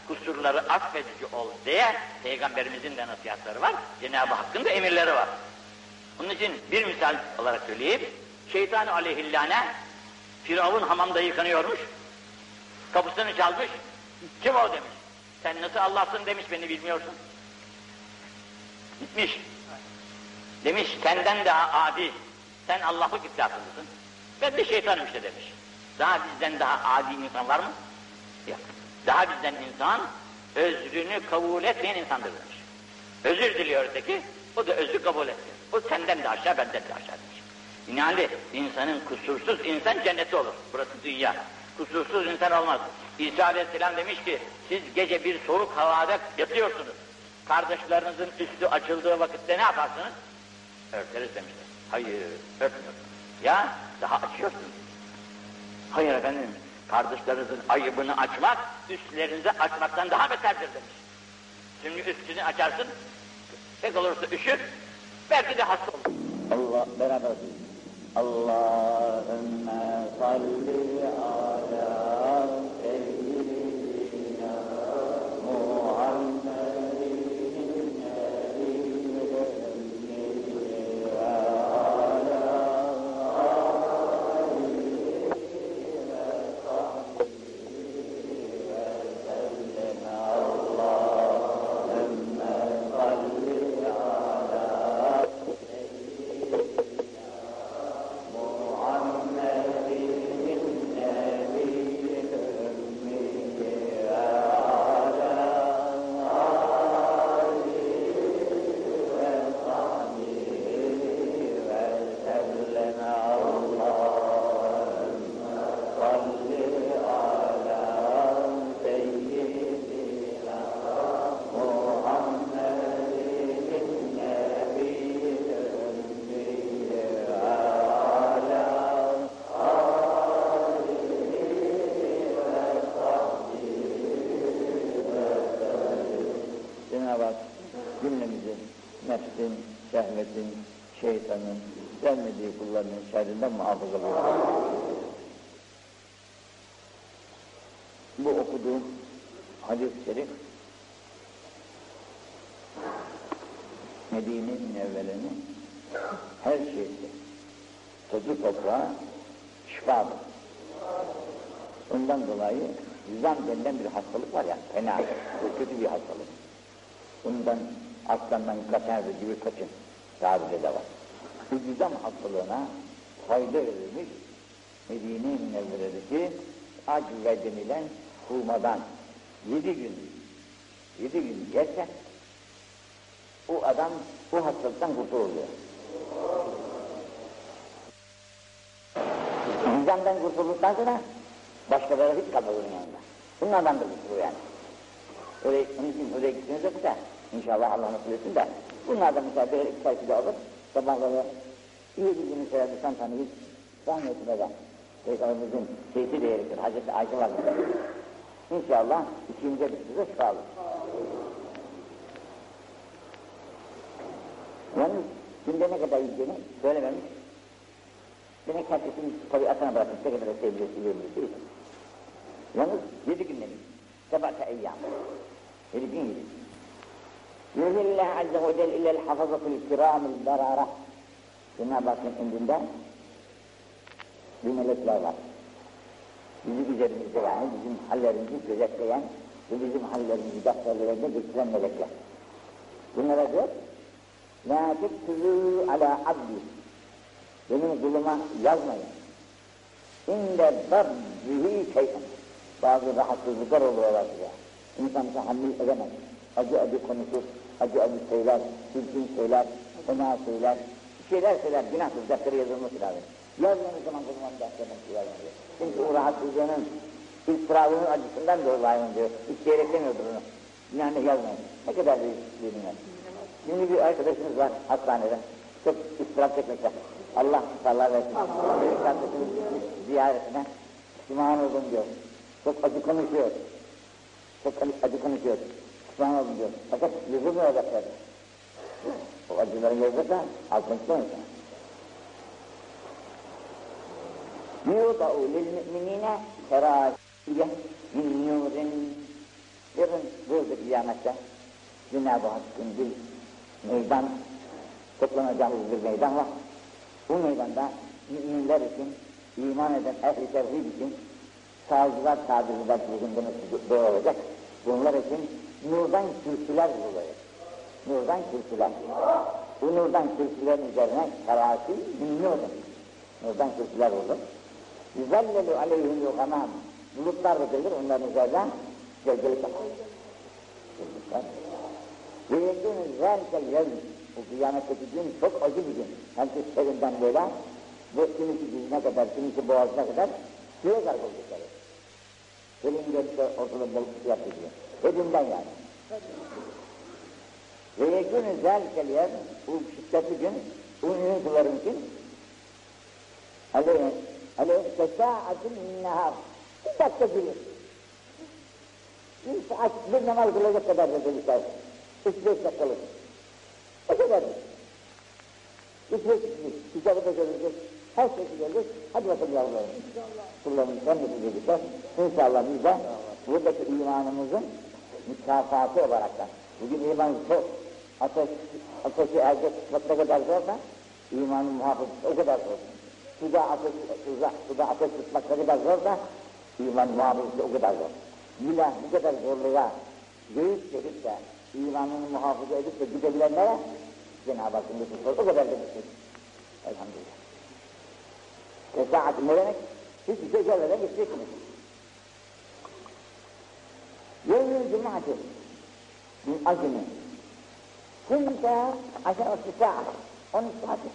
kusurları affedici ol diye Peygamberimizin de nasihatleri var, Cenab-ı Hakk'ın da emirleri var. Bunun için bir misal olarak söyleyeyim, Şeytan-ı aleyhillâne Firavun hamamda yıkanıyormuş, kapısını çalmış, kim o demiş, sen nasıl Allah'sın demiş, beni bilmiyorsun. Gitmiş, demiş senden daha adi, sen Allah'lık iddiasındasın, ben de şeytanım işte demiş. Daha bizden daha adi insan var mı? Yok. Daha bizden insan, özrünü kabul etmeyen insandır demiş. Özür diliyor öteki, o da özrü kabul etmiyor. O senden de aşağı, benden de aşağı demiş. İnanlı, insanın kusursuz insan cenneti olur. Burası dünya. Kusursuz insan olmaz. İsa Aleyhisselam demiş ki, siz gece bir soğuk havada yatıyorsunuz. Kardeşlerinizin üstü açıldığı vakitte ne yaparsınız? Örteriz demişler. Hayır, örtmüyorsunuz. Ya, daha açıyorsunuz. Hayır efendim, kardeşlerinizin ayıbını açmak, üstlerinizi açmaktan daha beterdir demiş. Şimdi üstünü açarsın, pek olursa üşür, belki de hasta olur. Allah beraber Allahümme salli ala seyyidina Muhammedin nebiyyil ve ala alihi ve sahbihi ve sellem. Allahümme salli ala nefsin, şehvetin, şeytanın, sevmediği kullarının şerrinden muhafaza buyursun. Bu okuduğum hadis-i şerif, Medine-i Münevvere'nin her şeysi, tozu toprağa şifadır. Ondan dolayı zam denilen bir hastalık var ya, fena, bu kötü bir hastalık. Bundan aslandan kaçardı gibi kaçın, tabiri de var. Bu zam hastalığına fayda verilmiş Medine-i Münevvere'deki acve denilen hurmadan 7 gün yerse o adam bu hastalıktan kurtuluyor. Nizamdan kurtulduktan sonra başkaları hiç kalmaz onun yanında. Bunlardan da kurtuluyor yani. Öyle, onun için oraya gittiğiniz vakitte inşallah Allah nasip etsin de bunlardan mesela bir iki kilo alır, sabahları iyi bildiğiniz herhalde santanıyız, zahmetine de Peygamberimizin şeysi değerlidir, Hazreti Ayşe var. İnşallah ikinci bir size şifa olur. Yalnız günde ne kadar yiyeceğini söylememiş. Demek herkesin tabiatına bırakmış, ne kadar sevgilisi. Yalnız 7 gün demiş, sebate eyyam. 7 gün yedi. Yuzillah azze ve celle illel hafazatul kiramil darara. Cenab-ı Hakk'ın indinde bir melekler var. Bizim üzerimizde yani bizim hallerimizi gözetleyen ve bizim hallerimizi defterlerinde getiren melekler. Bunlara diyor, لَا تُكْتُذُوا عَلَى عَبْدِ benim kuluma yazmayın. İnde darbihi şeytan. Bazı rahatsızlıklar oluyorlar size. İnsan tahammül edemez. Acı konuşur, acı söyler, çirkin söyler, fena söyler. Şeyler söyler, günahsız defteri yazılması lazım. Yazmanız zaman kulumam defterine yazmıyor. Çünkü o rahatsızlığının, istirabının acısından dolayı diyor. Hiç gereklemiyordur onu. Yani yazmayın. Ne kadar büyük dinler. Şimdi bir arkadaşımız var hastanede. Çok istirap çekmekte. Allah şifalar versin. Kardeşimiz ziyaretine pişman oldum diyor. Çok acı konuşuyor. Çok acı konuşuyor. Pişman oldum diyor. Fakat yazılmıyor defterde. O acıları yazırsa altın çıkıyor insan. يُوْضَعُ لِلْمُؤْمِنِينَ سَرَاسِيَ مِنْ نُورٍ Yarın burada kıyamette Cenab-ı Hakk'ın bir meydan, toplanacağımız bir meydan var. Bu meydanda müminler için, iman eden ehl-i tevhid için sağcılar, tabirciler bugün olacak. Bunlar için nurdan kürsüler bulacak. Nurdan kürsüler. Bu nurdan kürsülerin üzerine karasi minnurum. Nurdan kürsüler olur. Yüzellelu aleyhim yuhamam. Bulutlar verilir, onların üzerinden gölgelik yapar. Ve yekûnü zâlikel yevm. Bu kıyametteki gün çok acı bir gün. Herkes elinden böyle, ve kimisi dizine kadar, kimisi boğazına kadar suya garp olacakları. Elin gelip de ortada balık yapıyor. Elinden yani. Ve yekûnü zâlikel yevm. Bu şiddetli gün, bu ünlülerin için aleyhim tesâ'atun minnehâr. Bir dakika gelir. Bir saat, bir namaz kılacak kadar da demişler. 3-5 dakikalık. O kadardır. 3-5 dakikalık. Kitabı da görecek. Her şeyi görecek. Hadi bakalım yavrularım. Kullarımın kendisi dedikler. İnşallah biz de buradaki imanımızın mükafatı olaraktan. Bugün iman çok. Ateşi elde tutmak ne kadar zorsa, imanın muhafızası o kadar zor. Suda ateş tutmak ne kadar zorsa, iman muhafızası o kadar zor. Billah bu kadar zorluğa göğüs verip de, imanını muhafaza edip de gidebilenlere, Cenab-ı Hakk'ın lütfu o kadar demiştir. Elhamdülillah. Tesaat ne demek? Hiçbir şey görmeden geçeceksiniz. Yevmül Cuma'atı min azmi. Kunta aşağısı saat. 12 saati.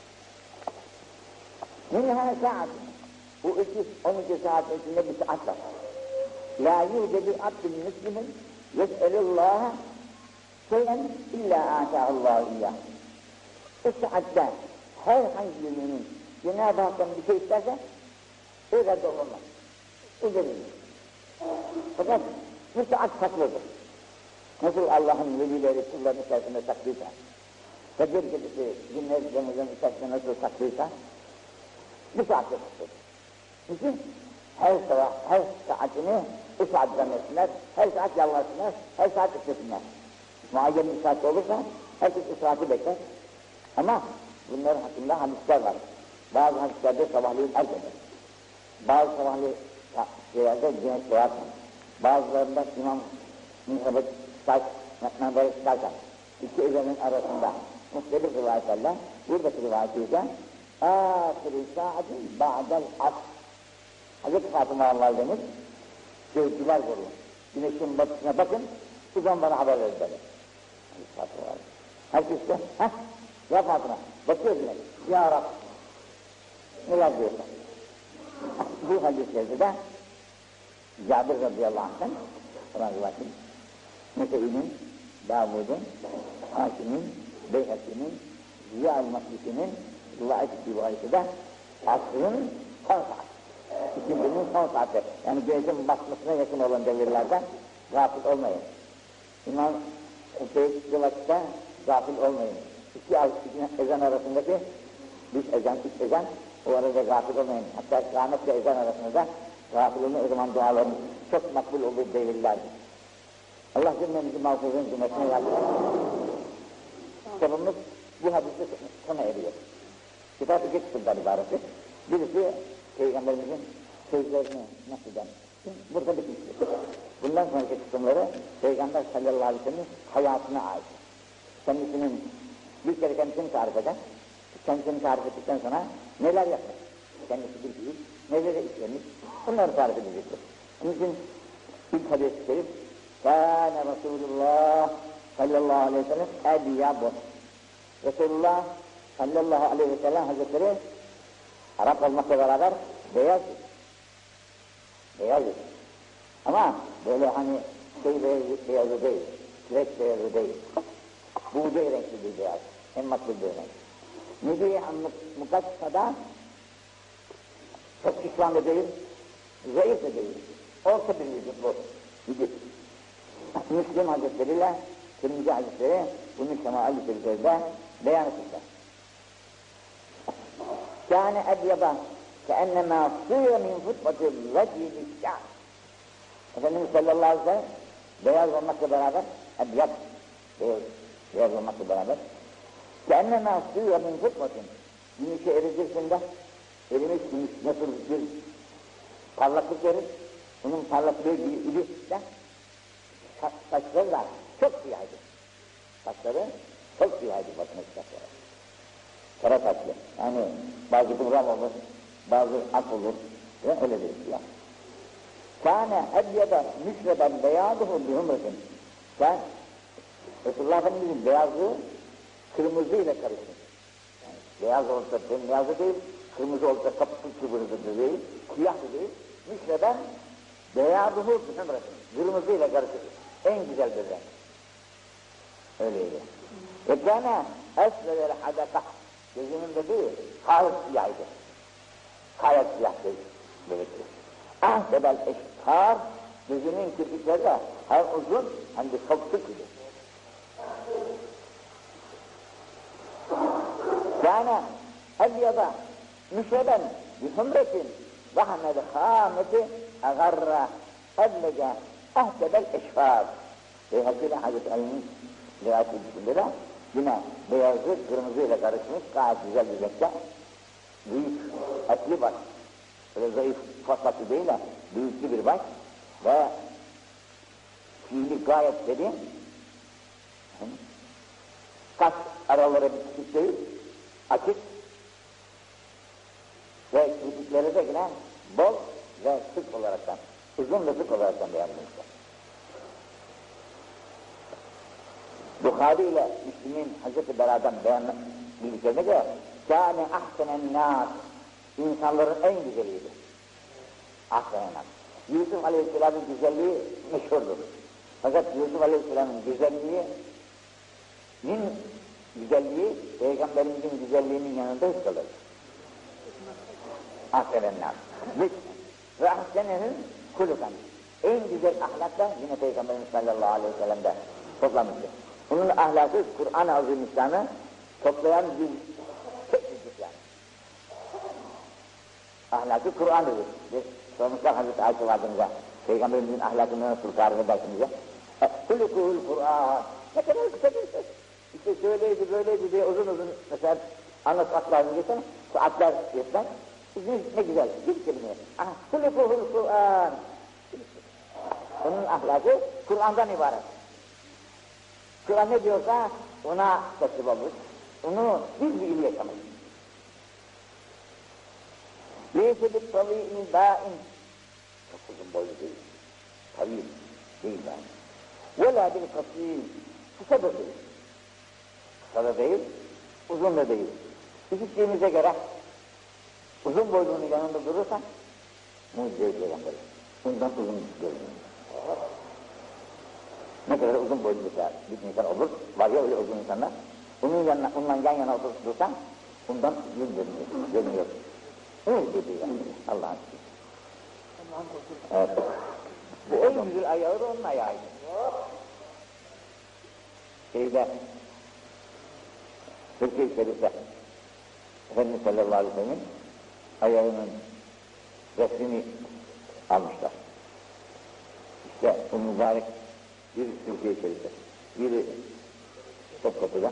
Minha saat. Bu 12 saatin içinde bir saat var. La yucedu abdül müslimin yes'elullaha şeyen illa âşâallâhu iyyâh. O saatte herhangi birinin Cenab-ı Hak'tan bir şey isterse o reddolunmaz. O verilir. Fakat bu saat saklıdır. Nasıl Allah'ın velileri kulların içerisinde saklıysa, Kadir gecesi günler denizin içerisinde nasıl saklıysa, bu saatte saklıdır. Çünkü her sabah, her saatini bu saat zannetsinler, her saat yalvarsınlar, her saat istesinler. Muayyen bir saat olursa herkes bu saati bekler. Ama bunların hakkında hadisler var. Bazı hadislerde sabahleyin erkendir. Bazı sabahleyin şeylerde güneş doğarken, bazılarında imam minhabet menbere çıkarken, iki evrenin arasında muhtelif rivayetlerle, buradaki rivayeti ise âkhir-i sa'atin ba'del asr. Hazreti Fatıma Allah demiş, gözcüler görüyor. Güneşin batışına bakın, buradan bana haber verin dedi. Hazreti Fatıma Allah. Herkes de, ya Fatıma, bakıyor güneş, ya Rab, neler diyorsun? Bu hadislerde de Cabir radıyallahu anh'tan, Kur'an rivayeti, Mesih'in, Davud'un, Haşim'in, Beyhekim'in, Ziya-ül Makdisi'nin rivayeti de asrın son saat. İkindinin son saati. Yani güneşin batmasına yakın olan devirlerden gafil olmayın. İmam Hüseyin vakitte gafil olmayın. İki ezan arasındaki üç ezan, o arada gafil olmayın. Hatta kıyametle ezan arasında da gafil olmayın. O zaman duaların çok makbul olduğu devirlerdir. Allah cümlemizi mağfurun cümletine yardım etsin. Kitabımız bu hadiste sona eriyor. Kitap iki kısımdan ibarettir. Birisi Peygamberimizin sözlerini nasıl burada bitmiştir. Bundan sonraki kısımları Peygamber sallallahu aleyhi ve sellem'in hayatına ait. Kendisinin bir kere kendisini tarif eder. Kendisini tarif ettikten sonra neler yapmış? Kendisi bildiği, neleri işlemiş? Bunları tarif edecektir. Onun için ilk hadis-i şerif Kâne Resulullah sallallahu aleyhi ve sellem ebiyâbu. Resulullah sallallahu aleyhi ve sellem Hazretleri Arap olmakla beraber beyaz. Beyazdır. Ama böyle hani beyazı değil, direkt beyazı değil. Buğday renkli bir beyaz, en makbul bir renk. Nebi mukassada çok şişman da değil, zayıf da değil. Orta bir vücut bu, vücut. Müslim Hazretleri'yle Tirmizi Hazretleri bunu Şema-i Şerif'de beyan etmişler. Kâne ebyada ke'ennemâ sûye min futbati racîl-i şâh. Efendimiz sallallahu aleyhi ve sellem beyaz olmakla beraber, ebyat, beyaz olmakla beraber, kendine suya min fıtmatin, gümüşe erizirsin de, erimiş gümüş nasıl bir parlaklık verir, bunun parlaklığı gibi de, saçları da çok siyahdır. Saçları çok siyahdır bakın saçları. Kara saçlı, yani bazı kıvram olur, bazı ak olur, ve öyledir siyah. Kâne ebyada müşreben beyaduhu bihumretin. Sen, Resulullah Efendimiz'in beyazlığı kırmızı ile karışır. Yani beyaz olsa beyazı değil, kırmızı olsa kapısı kıvırızı değil, siyah değil, müşreben beyaduhu bihumretin. Kırmızı ile karışır. En güzel bir renk. Öyleydi. Ve kâne esvedel hadaka. Gözünün dediği gayet siyahıydı. Gayet siyah değil. Böyledir. Ahsebel eşkar, gözünün kirpikleri de hem uzun hem de çok sık idi. Yani ebyada müşeben bihumretin vahmel hâmeti agarra eblege ahsebel eşkar. Beyhakîle Hazreti Ali'nin rivayet edildiğinde de yine beyazı kırmızıyla karışmış gayet güzel bir renkte büyük etli baş. Böyle zayıf faslatlı değil de büyüklü bir baş ve fiili gayet derin, kaş araları bitişik değil, açık ve kirpikleri de yine bol ve sık olaraktan, uzun ve sık olaraktan beğenmişler. Bukhari ile Müslim'in Hazreti Bera'dan bildiklerine göre kâne ahsenen nâs, insanların en güzeliydi. Ahsenen nâs. Yusuf Aleyhisselam'ın güzelliği meşhurdur. Fakat Yusuf Aleyhisselam'ın güzelliği Peygamberimizin güzelliğinin yanında hiç kalır. Ahsenen nâs. Ve ahsenenün kulukan. En güzel ahlakla yine Peygamberimiz sallallahu aleyhi ve sellem'de toplanmıştır. Bunun ahlakı Kur'an-ı Azimüşşan'ı toplayan bir tek vücut yani. Ahlakı Kur'an'dır. Sormuşlar Hazreti Ayşe Validemize, Peygamberimizin ahlakını nasıl tarif edersiniz diye. Kulukul Kur'an. Ne kadar kısa bir söz. İşte şöyleydi, böyleydi diye uzun uzun mesela anlatmaklarını geçen, saatler geçsen, ne güzel, bir kelime. Kulukul Kur'an. Onun ahlakı Kur'an'dan ibaret. Kur'an ne diyorsa ona teslim olur. Onu bir fiil yaşamış. Leyse bir tabi'in bâin. Çok uzun boylu değil. Tabii değil yani. Vela bir kasîl. Kısa da değil. Kısa da değil, uzun da değil. İşittiğimize göre uzun boylunun yanında durursan mucize-i Peygamber'in. Bundan uzun görünüyor. Ne kadar uzun boylu bir insan olur, var ya öyle uzun insanlar, onunla yan yana oturursan, ondan uzun görünüyor. Öyle dedi yani, Allah'ın için. Evet. Bu en güzel ayağı da onun ayağıydı. Türkiye-i Şerif'te, Efendimiz sallallahu aleyhi ve sellem'in ayağının resmini almışlar. İşte bu mübarek bir Türkiye-i Şerif'te, biri Topkapı'da,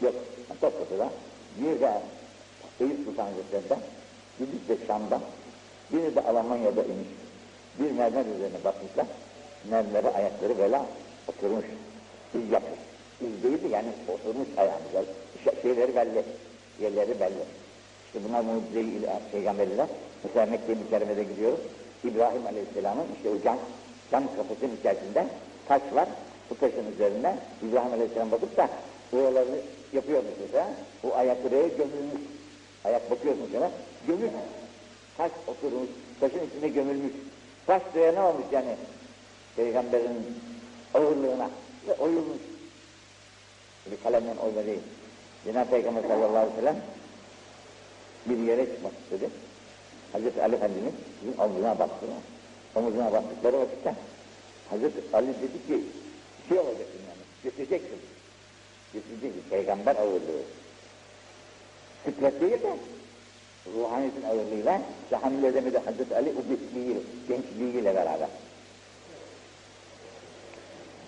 bir de Eyüp Sultan Hazretleri'nde, biri de Şam'da, biri de Almanya'da imiş. Bir mermer üzerine basmışlar, mermere ayakları böyle oturmuş, iz yapmış. İz değildi yani oturmuş ayağımızda, şeyleri belli, yerleri belli. İşte bunlar mucize-i Peygamberler. Mesela Mekke-i Mükerreme'de gidiyoruz, İbrahim Aleyhisselam'ın işte o cam kapısının içerisinde taş var, bu taşın üzerinde İbrahim Aleyhisselam bakıp da buraları yapıyormuş mesela, bu ayak buraya gömülmüş, ayak bakıyormuş mesela, gömülmüş, taş oturmuş, taşın içine gömülmüş, taş dayanamamış yani Peygamberin ağırlığına ve oyulmuş. Bir kalemden oyma değil. Cenab-ı Peygamber sallallahu aleyhi ve sellem bir yere çıkmak istedi. Hazreti Ali Efendimiz bizim omzuna baktı. Omuzuna baktıkları vakitte Hazreti Ali dedi ki şey olacaksın yani, götüreceksin. Götüreceksin, Peygamber ağırlığı. Fıtrat değil de ruhaniyetin ağırlığıyla tahammül edemedi Hazreti Ali o gençliğiyle beraber.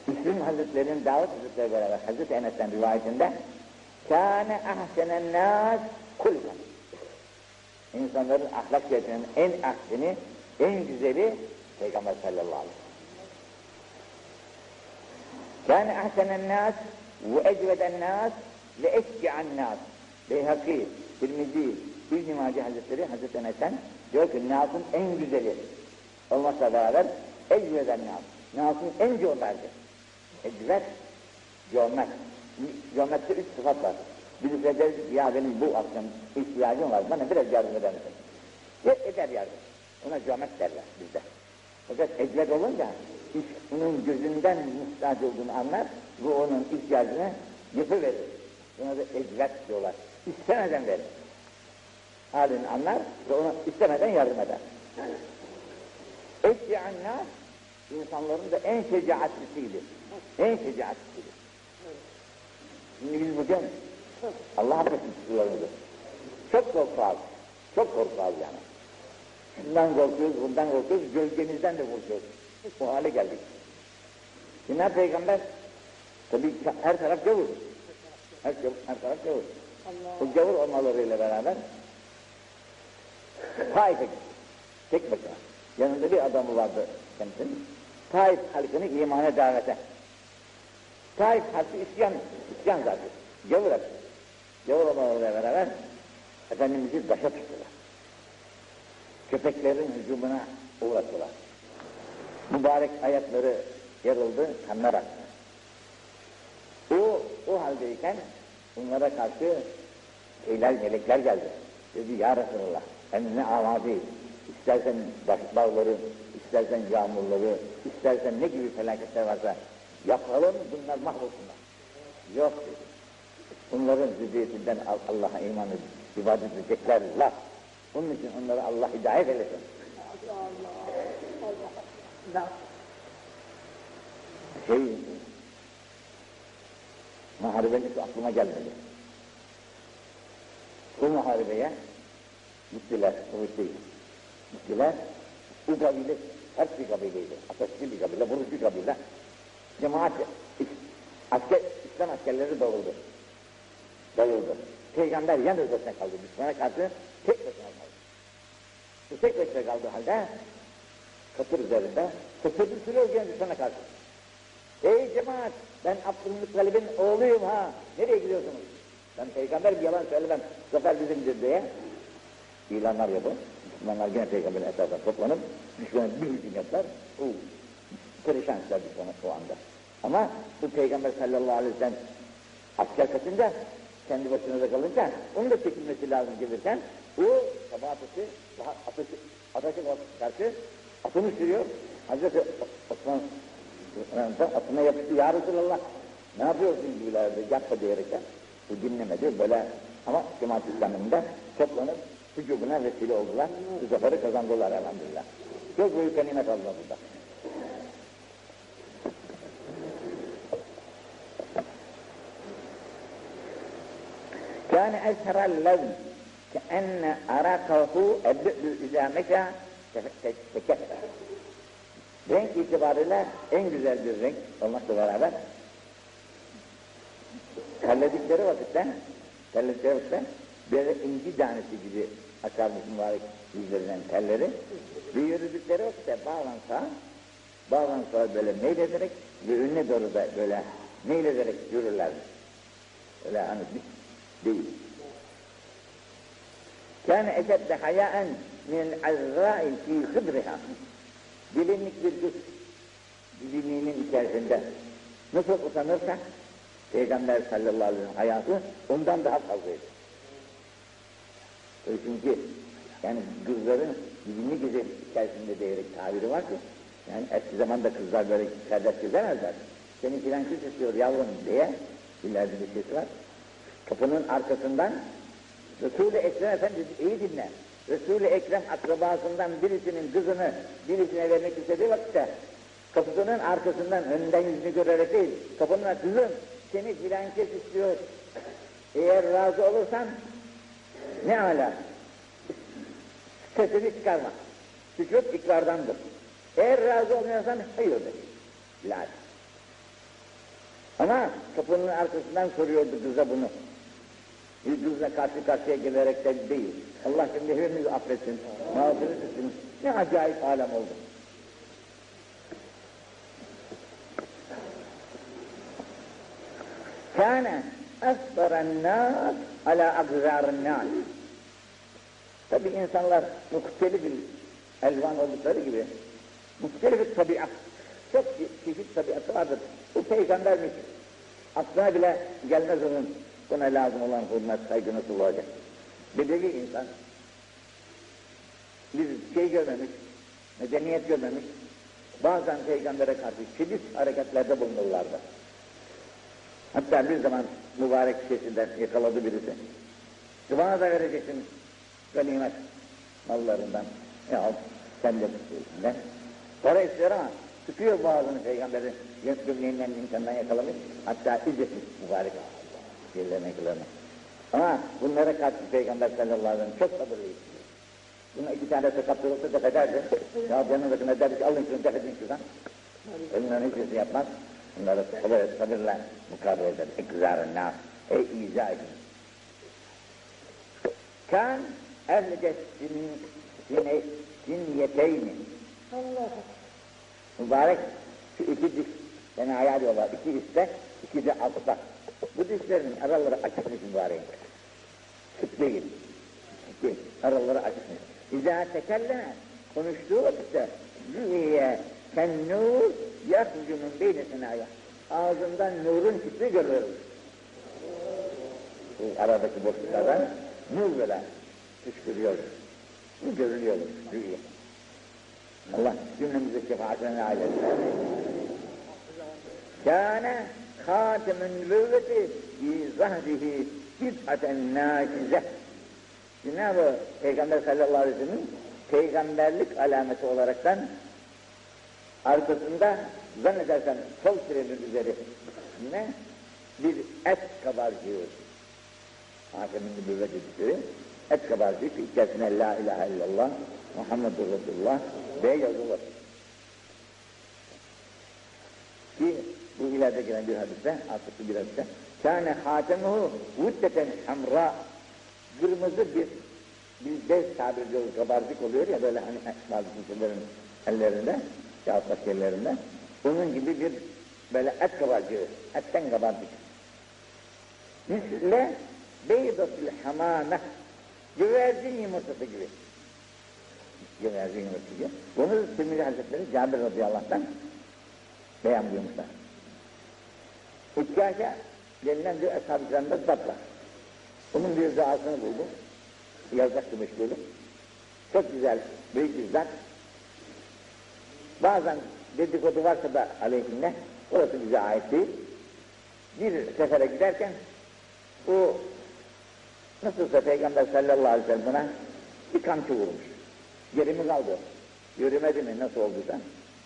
Hazretleri'nin Davud Hazretleri beraber Hazreti Enes'ten rivayetinde kâne ahsenen nâs kulken. İnsanların ahlak cihetinden en ahseni, en güzeli Peygamber sallallahu aleyhi ve sellem. Kâne ahsenen nâs ve ecveden nâs ve eşki'an nâs. Beyhaki, Tirmizi, İbn-i Mace Hazretleri Hazreti Enes'ten diyor ki nâsın en güzeli olmakla beraber ecveden nâs. Nâsın en cömerti. Ecvet, cömert. Cömertte 3 sıfat var. Birisi der ki ya benim bu akşam ihtiyacım var, bana biraz yardım eder misin? Eder yardım. Ona cömert derler bizde. Fakat ecvet olunca onun gözünden muhtaç olduğunu anlar, bu onun ihtiyacını yapıverir. Buna da ecvet diyorlar. İstemeden verir. Halini anlar ve ona istemeden yardım eder. Eşci'annâs, insanların da en şecaatlisiydi. En şecaatlisiydi. Şimdi biz bugün Allah affetsin kusurlarımızı. Çok korkağız. Çok korkağız yani. Şundan korkuyoruz, bundan korkuyoruz, gölgemizden de korkuyoruz. Bu hale geldik. Şimdi Peygamber, tabii her taraf gavur. Her taraf gavur. Bu gavur olmalarıyla beraber Taif'e gitti. Tek başına. Yanında bir adamı vardı kendisinin. Taif halkını imana davete. Taif halkı isyan zaten. Gavur halkı. Gavur olmalarıyla beraber Efendimiz'i başa tuttular. Köpeklerin hücumuna uğrattılar. Mübarek ayakları yarıldı, kanlar aktı. O haldeyken bunlara karşı melekler geldi. Dedi ya Resulallah, emrine amade, istersen bağları, istersen yağmurları, istersen ne gibi felaketler varsa yapalım, bunlar mahvolsunlar. Yok dedi. Bunların zürriyetinden Allah'a iman edip ibadet edecekler laf. Bunun için onları Allah hidayet eylesin. Muharebenin hiç aklıma gelmedi. Bu muharebeye gittiler, gittiler. Bu kabile, sert bir kabileydi, ateşli bir kabile, vurucu kabile. Cemaat, İslam askerleri dağıldı. Peygamber yan ötesine kaldı, düşmana karşı tek başına kaldı. Bu tek başına kaldığı halde, katır üzerinde, sıfır gene düşmana karşı. Ey cemaat, ben Abdülmuttalib'in oğluyum ha, nereye gidiyorsunuz? Ben peygamber bir yalan söylemem, zafer bizimdir diye ilanlar yapın. Müslümanlar gene peygamberin etrafına toplanıp, düşmanı bir hücum yaptılar, perişan işler düşmanı o anda. Ama bu peygamber sallallahu aleyhi ve sellem asker kaçınca, kendi başına da kalınca, onun da çekilmesi lazım gelirken, o sabah ateşe karşı atını sürüyor. Hazreti Osman atına yapıştı, ya Resulallah, ne yapıyorsun gibilerde, yapma diyerekten. Bu dinlemedi, böyle ama cemaat İslam'ında toplanıp hücumuna vesile oldular, bu zaferi kazandılar elhamdülillah. Çok büyük ganimet aldılar burada. كان أزهر اللون كأن أراقه البئر إذا مشى تكفى. Renk itibariyle en güzel bir renk olmakla beraber terledikleri vakitte böyle inci tanesi gibi akarmış mübarek yüzlerinden terleri ve yürüdükleri vakitte bağlansa böyle meylederek ve önüne doğru da böyle meylederek yürürlerdi. Öyle hani değil. Kâne eşedde hayâen minel azrâi fî hıdriha. Bilinlik bir kız bilinliğinin içerisinde nasıl utanırsa Peygamber sallallahu aleyhi ve sellem hayatı ondan daha fazlaydı. Çünkü yani kızların bilinlik içerisinde diyerek tabiri var ki yani eski zamanda kızlar böyle kardeş gezemezler. Seni filan kız istiyor yavrum diye ileride bir şey var. Kapının arkasından Resul-i Ekrem Efendimiz iyi dinle. Resul-i Ekrem akrabasından birisinin kızını birisine vermek istediği vakitte kapısının arkasından önünden yüzünü görerek değil, kapının kızım seni filan kes istiyor. Eğer razı olursan ne ala? Sesini çıkarma. Sükût ikrardandır. Eğer razı olmuyorsan hayır de. Lakin. Ama kapının arkasından soruyordu kıza bunu. Yüzünüzle karşı karşıya gelerek de değil. Allah şimdi hepimizi affetsin, mağfiret etsin. Ne acayip alem oldu. Kâne asbaren nâs alâ agzârın nâs. Tabi insanlar muhtelif bir elvan oldukları gibi muhtelif bir tabiat, çok çeşit tabiatı vardır. Bu peygambermiş. Aklına bile gelmez onun buna lazım olan hürmet, saygı nasıl olacak. Bedevi insan bir şey görmemiş, medeniyet görmemiş, bazen peygambere karşı şiddet hareketlerde bulunurlardı. Hatta bir zaman mübarek şişesinden yakaladı birisi. Bana da vereceksin ganimet mallarından. Ya sen de ne? Para istiyor ama tutuyor boğazını peygamberi gömleğinden insandan yakalamış. Hatta ücretsiz mübarek yerlerine yakalamış. Ama bunlara karşı peygamber sallallahu aleyhi ve sellem çok sabırlıydı. Buna 2 tane tokat vurulsa def ederdi. Ya yanındakine derdi ki alın şunu def edin şuradan. Elinden hiçbir şey yapmaz. Bunları sabırla mukabele eder. İkzarın nâs. Ey izâ edin. Kan ehlece sinniyeteyni. Mübarek şu 2 diş, beni hayal ediyorlar. 2 üstte, 2 de altta. Bu dişlerin araları açıkmış mübarek. Sık değil. Araları açıkmış. İzâ tekelleme, konuştuğu vakitte zühiye kennûr yahrucu min beyni sinâya. Ağzından nurun çıktığı görülür. Bu aradaki boşluklardan nur böyle fışkırıyor. Bu görülüyor. Zühiye. Allah cümlemize şefaatine nail etsin. Kâne khâtemun nübüvveti fî zahrihi bid'aten nâşize. Cenab-ı Peygamber sallallahu aleyhi ve sellem'in peygamberlik alameti olaraktan arkasında zannedersen sol trenin üzeri ne? Bir et kabarcığı. Khâtemun nübüvveti dedikleri et kabarcığı ki içerisine la ilahe illallah Muhammedur Resulullah ve yazılır. Ki bu ileride gelen bir hadiste, artık bir hadiste kâne hâtemuhu vuddeten hamra, kırmızı bir bez tabiri diyoruz, kabarcık oluyor ya böyle hani bazı kimselerin ellerinde, yahut başka ellerinde, bunun gibi bir böyle et kabarcığı, etten kabarcık. Misle beydatul hamâmeh, güvercin yumurtası gibi. Güvercin yumurtası gibi. Bunu Tirmizi Hazretleri Cabir radıyallahu anh'tan beyan buyurmuşlar. İkkâşa denilen bir ashab-ı kiramda zat var. Onun bir rızasını buldum. Yazaktı meşgulü. Çok güzel, büyük bir zat. Bazen dedikodu varsa da aleyhinde, orası bize ait değil. Bir sefere giderken, o nasılsa Peygamber sallallahu aleyhi ve sellem buna bir kamçı vurmuş. Yerimi kaldı. Yürümedi mi nasıl olduysa.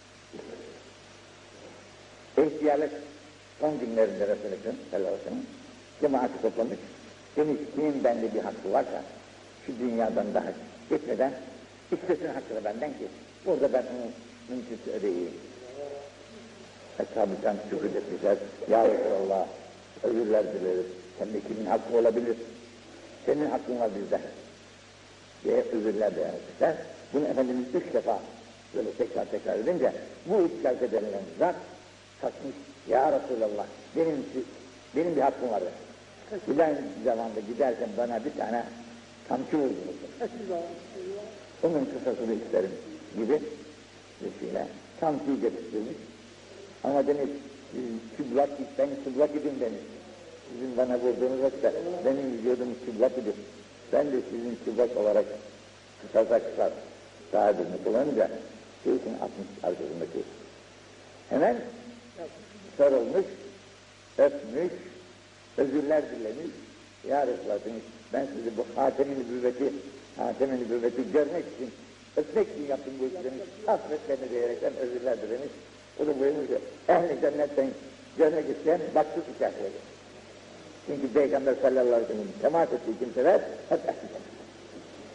İhtiyarlık son günlerinde Resulü sallallahu aleyhi ve sellem cemaati toplamış. Demiş kimin bende bir hakkı varsa şu dünyadan daha geçmeden istesin hakkını benden ki orada ben onu mümkün ödeyeyim. Ashab-ı kiram şükredetmişler. Ya Resulallah özürler dileriz. Sende kimin hakkı olabilir? Senin hakkın var bizde. Diye özürler beyanetmişler. Bunu Efendimiz 3 defa böyle tekrar edince bu 3 şarkı denilen zat kalkmış. Ya Resulallah benim bir hakkım var. Bilen zamanda giderken bana bir tane kamçı vurdurursun. Onun kısasını isterim gibi bir şeyle kamçıyı getirmiş. Ama demiş, ben çıplak idim demiş. Sizin bana vurduğunuz vakitte benim vücudum çıplak idim. Ben de sizin çıplak olarak kısasa tabirimi kullanınca şey için atmış arkasındaki. Hemen sarılmış, öpmüş, özürler dilemiş. Ya Resulallah demiş, ben sizi bu hatem-i nübüvveti görmek için, öpmek için yaptım bu işi demiş. Affet beni diyerekten özürler dilemiş. O da buyurmuş ki, ehl-i cennetten görmek isteyen baksız içeride. Çünkü Peygamber sallallahu aleyhi ve sellem cemaat ettiği kimseler hep ehl-i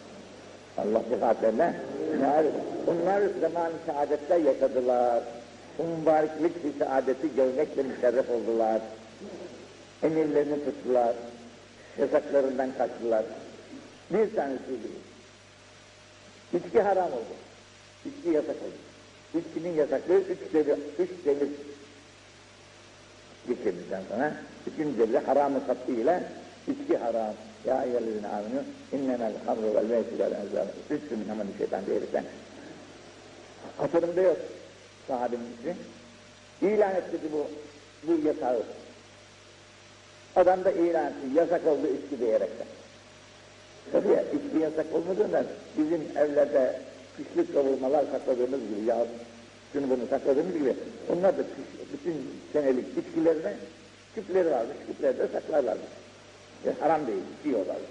Allah sıfatlerine, bunlar zaman-ı saadette yaşadılar. o mübareklik ve saadeti görmekle müşerref oldular. Emirlerini tuttular, yasaklarından kaçtılar. Bir tanesi gibi. İçki haram oldu. İçki yasak oldu. İçkinin yasaklığı üç devir geçirdikten sonra, üçüncü devri haramı katliyle içki haram. Ya eyyühellezine aminu innemel hamru vel meysiru vel enzâlu üstü min hamadi şeytan diyerekten. Hatırımda yok sahabenin ismi. İlan etti bu yasağı. Adam da ilan etti, yasak oldu içki diyerekten. Tabii ya, içki yasak olmadığından bizim evlerde kışlık kavurmalar sakladığımız gibi, ya şunu bunu sakladığımız gibi, onlar da bütün senelik içkilerine küpleri varmış, küplerde saklarlarmış. Haram değil, diyorlar.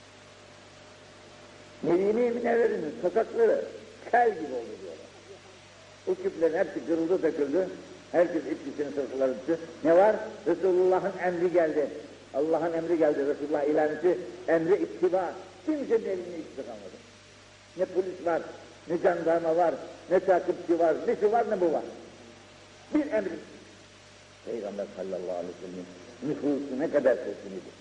Medine-i Münevvere'nin sokakları tel gibi oldu diyorlar. O küplerin hepsi kırıldı, döküldü. Herkes içkisini sırtları tuttu. Ne var? Resulullah'ın emri geldi. Allah'ın emri geldi, Resulullah ilan etti. Emri ittiba. Kimsenin elini içti kalmadı. Ne polis var, ne jandarma var, ne takipçi var, ne şu var ne bu var. Bir emri. Peygamber sallallahu aleyhi ve sellem nüfusu ne kadar seslidir.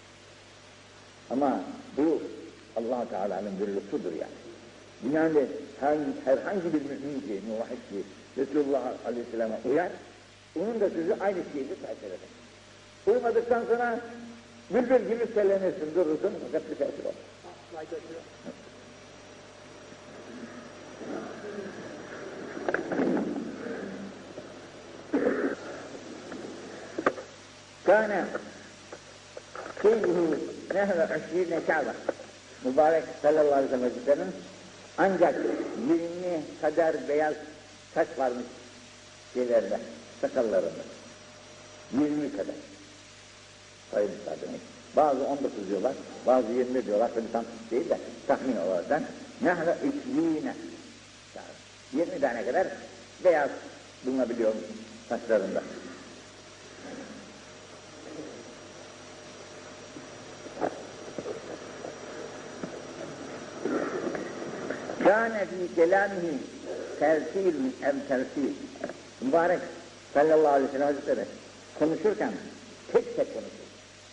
Ama bu Allah-u Teala'nın bir lütfudur yani. Dünyada herhangi bir mümin ki, muvahhid ki, Resulullah Aleyhisselam'a uyar, onun da sözü aynı şeydir felsefede. Uymadıktan sonra bülbül gibi sellenirsin, durursun, fakat bir tesir olur. Kâne kıyhu nehve aşirine Kâbe. Mübarek sallallahu aleyhi ve sellem'in ancak 20 kadar beyaz saç varmış şeylerinde, sakallarında. 20 kadar. Saymışlar demek. Bazı 19 diyorlar, bazı 20 diyorlar, tabi tam değil de tahmin olarak. Nehve işliğine. 20 tane kadar beyaz bulunabiliyor saçlarında. Kâne fî kelâmihi tersilün ev tersil. Mübarek sallallahu aleyhi ve sellem Hazretleri konuşurken tek tek konuşur.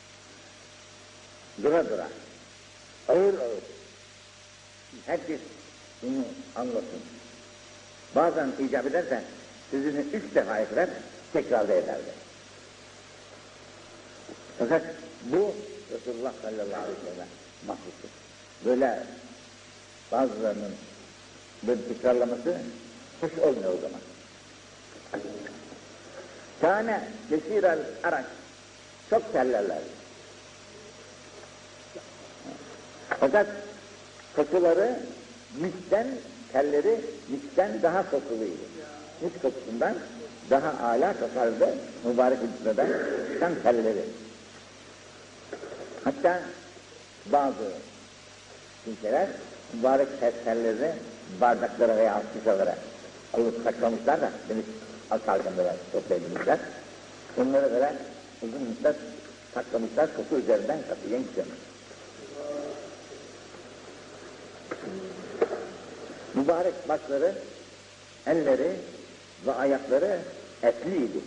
Dura dura, ağır ağır. Herkes bunu anlasın. Bazen icap ederse sözünü 3 defa ekler, tekrar da ederdi. Fakat bu Resulullah sallallahu aleyhi ve sellem mahsustur. Böyle bazılarının böyle tekrarlaması hoş olmuyor o zaman. Kâne yesîral araç, çok terlerler. Fakat kokuları miskten, terleri miskten daha kokuluydu. Misk kokusundan daha âlâ kokardı mübarek hücreden çıkan terleri. Hatta bazı kimseler mübarek terlerini bardaklara veya şişelere alıp saklamışlar da demiş akarken böyle toplayabilmişler. Onları böyle uzun müddet saklamışlar, koku üzerinden katiyen gidemez. Mübarek başları, elleri ve ayakları etliydi.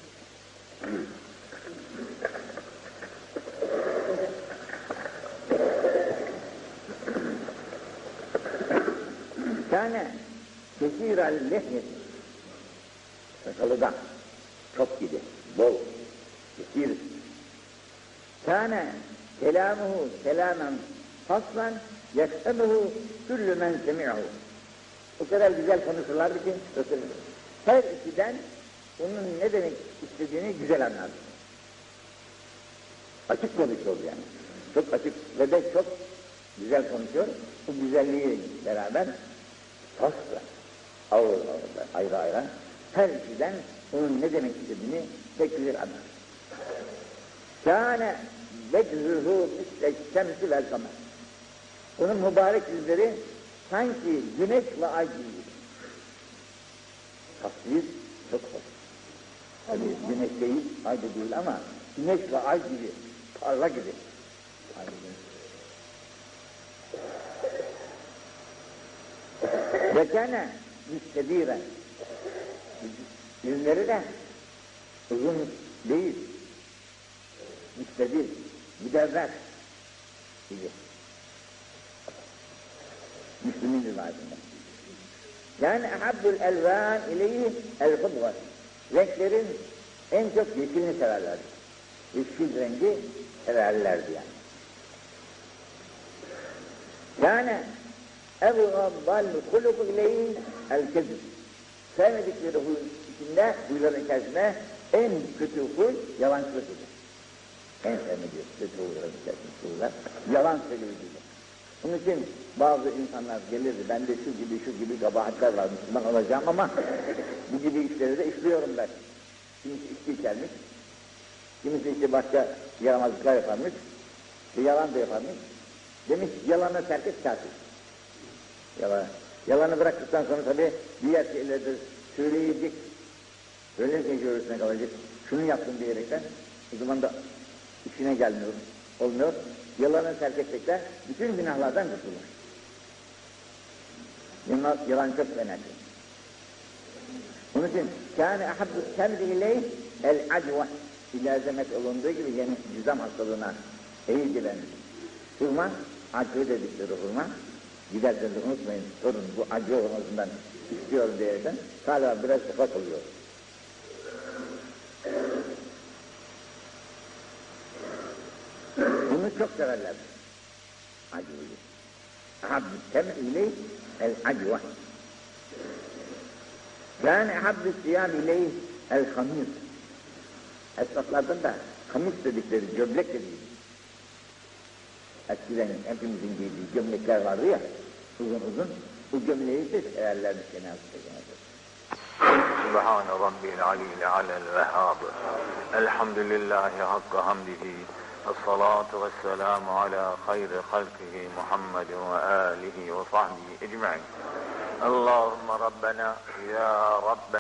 Kâne kesîral lehnet, sakalıda çok gibi, bol, kesir. Kâne kelâmuhu kelâmen faslan yeksemuhu küllü men semi'hu. O kadar güzel konuşurlardı ki her ikiden onun ne demek istediğini güzel anlardı. Açık konuşuyor yani. Çok açık ve de çok güzel konuşuyor. Bu güzelliği beraber fasla, ağır ağır, ayrı ayrı her ikiden onun ne demek istediğini pek güzel anlar. Kâne vechühü misle şemsi vel kamer. Onun mübarek yüzleri sanki güneş ve ay gibi. Tasvir çok hoş. Hadi güneş değil, ay da değil ama güneş ve ay gibi, parla gibi. Ve kâne müstediren. Yüzleri de uzun değil, müstebil, müderrer gibi. Müslüm'ün rivayetinde. Yani ehabbül elvan ileyhi el-hudvat. Renklerin en çok yeşilini severlerdi. Yeşil rengi severlerdi yani. Yani ev-gâbbâl huluku ileyhi el-kezib. Sevmedikleri huyun içinde, huyların içerisinde en kötü huy yalancılık idi. En sevmediği kötü huyların içerisinde huylar yalan söyleyiciydi. Onun için bazı insanlar gelirdi, bende şu gibi kabahatler var, Müslüman olacağım ama bu gibi işleri de işliyorum ben. Kimisi içki içermiş, kimisi işte başka yaramazlıklar yaparmış, yalan da yaparmış. Demiş, yalanı terk et kafir. Yalanı bıraktıktan sonra tabii diğer şeyleri de söyleyecek, söylerken görürsüne kalacak, şunu yaptım diyerekten, o zaman da işine gelmiyor, olmuyor. Yalanı terk etsekler, bütün günahlardan kurtulur. Yalan çok önemli. Onun için, kâne ahabbu temri ileyh el-acva. İlazemet olunduğu gibi yeni cüzam hastalığına eğitilen hurma, acı dedikleri hurma, giderseniz unutmayın, sorun bu acı olmasından istiyorum diyerekten, galiba biraz ufak oluyor. Bunu çok severler. Acıyı. Ahabbu tem'i ileyh el-acva. Kâne ahabbu siyâb ileyh el-hamîr. Esnaflardan da kamis dedikleri gömlek dediği. Eskiden hepimizin giydiği gömlekler vardı ya, uzun uzun, bu gömleği de severlermiş genelde. Subhane Rabbil Aliyyil Alel Vehhab. Elhamdülillahi hakka hamdihi. Esselatu vesselamu ala hayri halkihi Muhammedin ve alihi ve sahbihi ecma'in. Allahümme Rabbena ya Rabbena.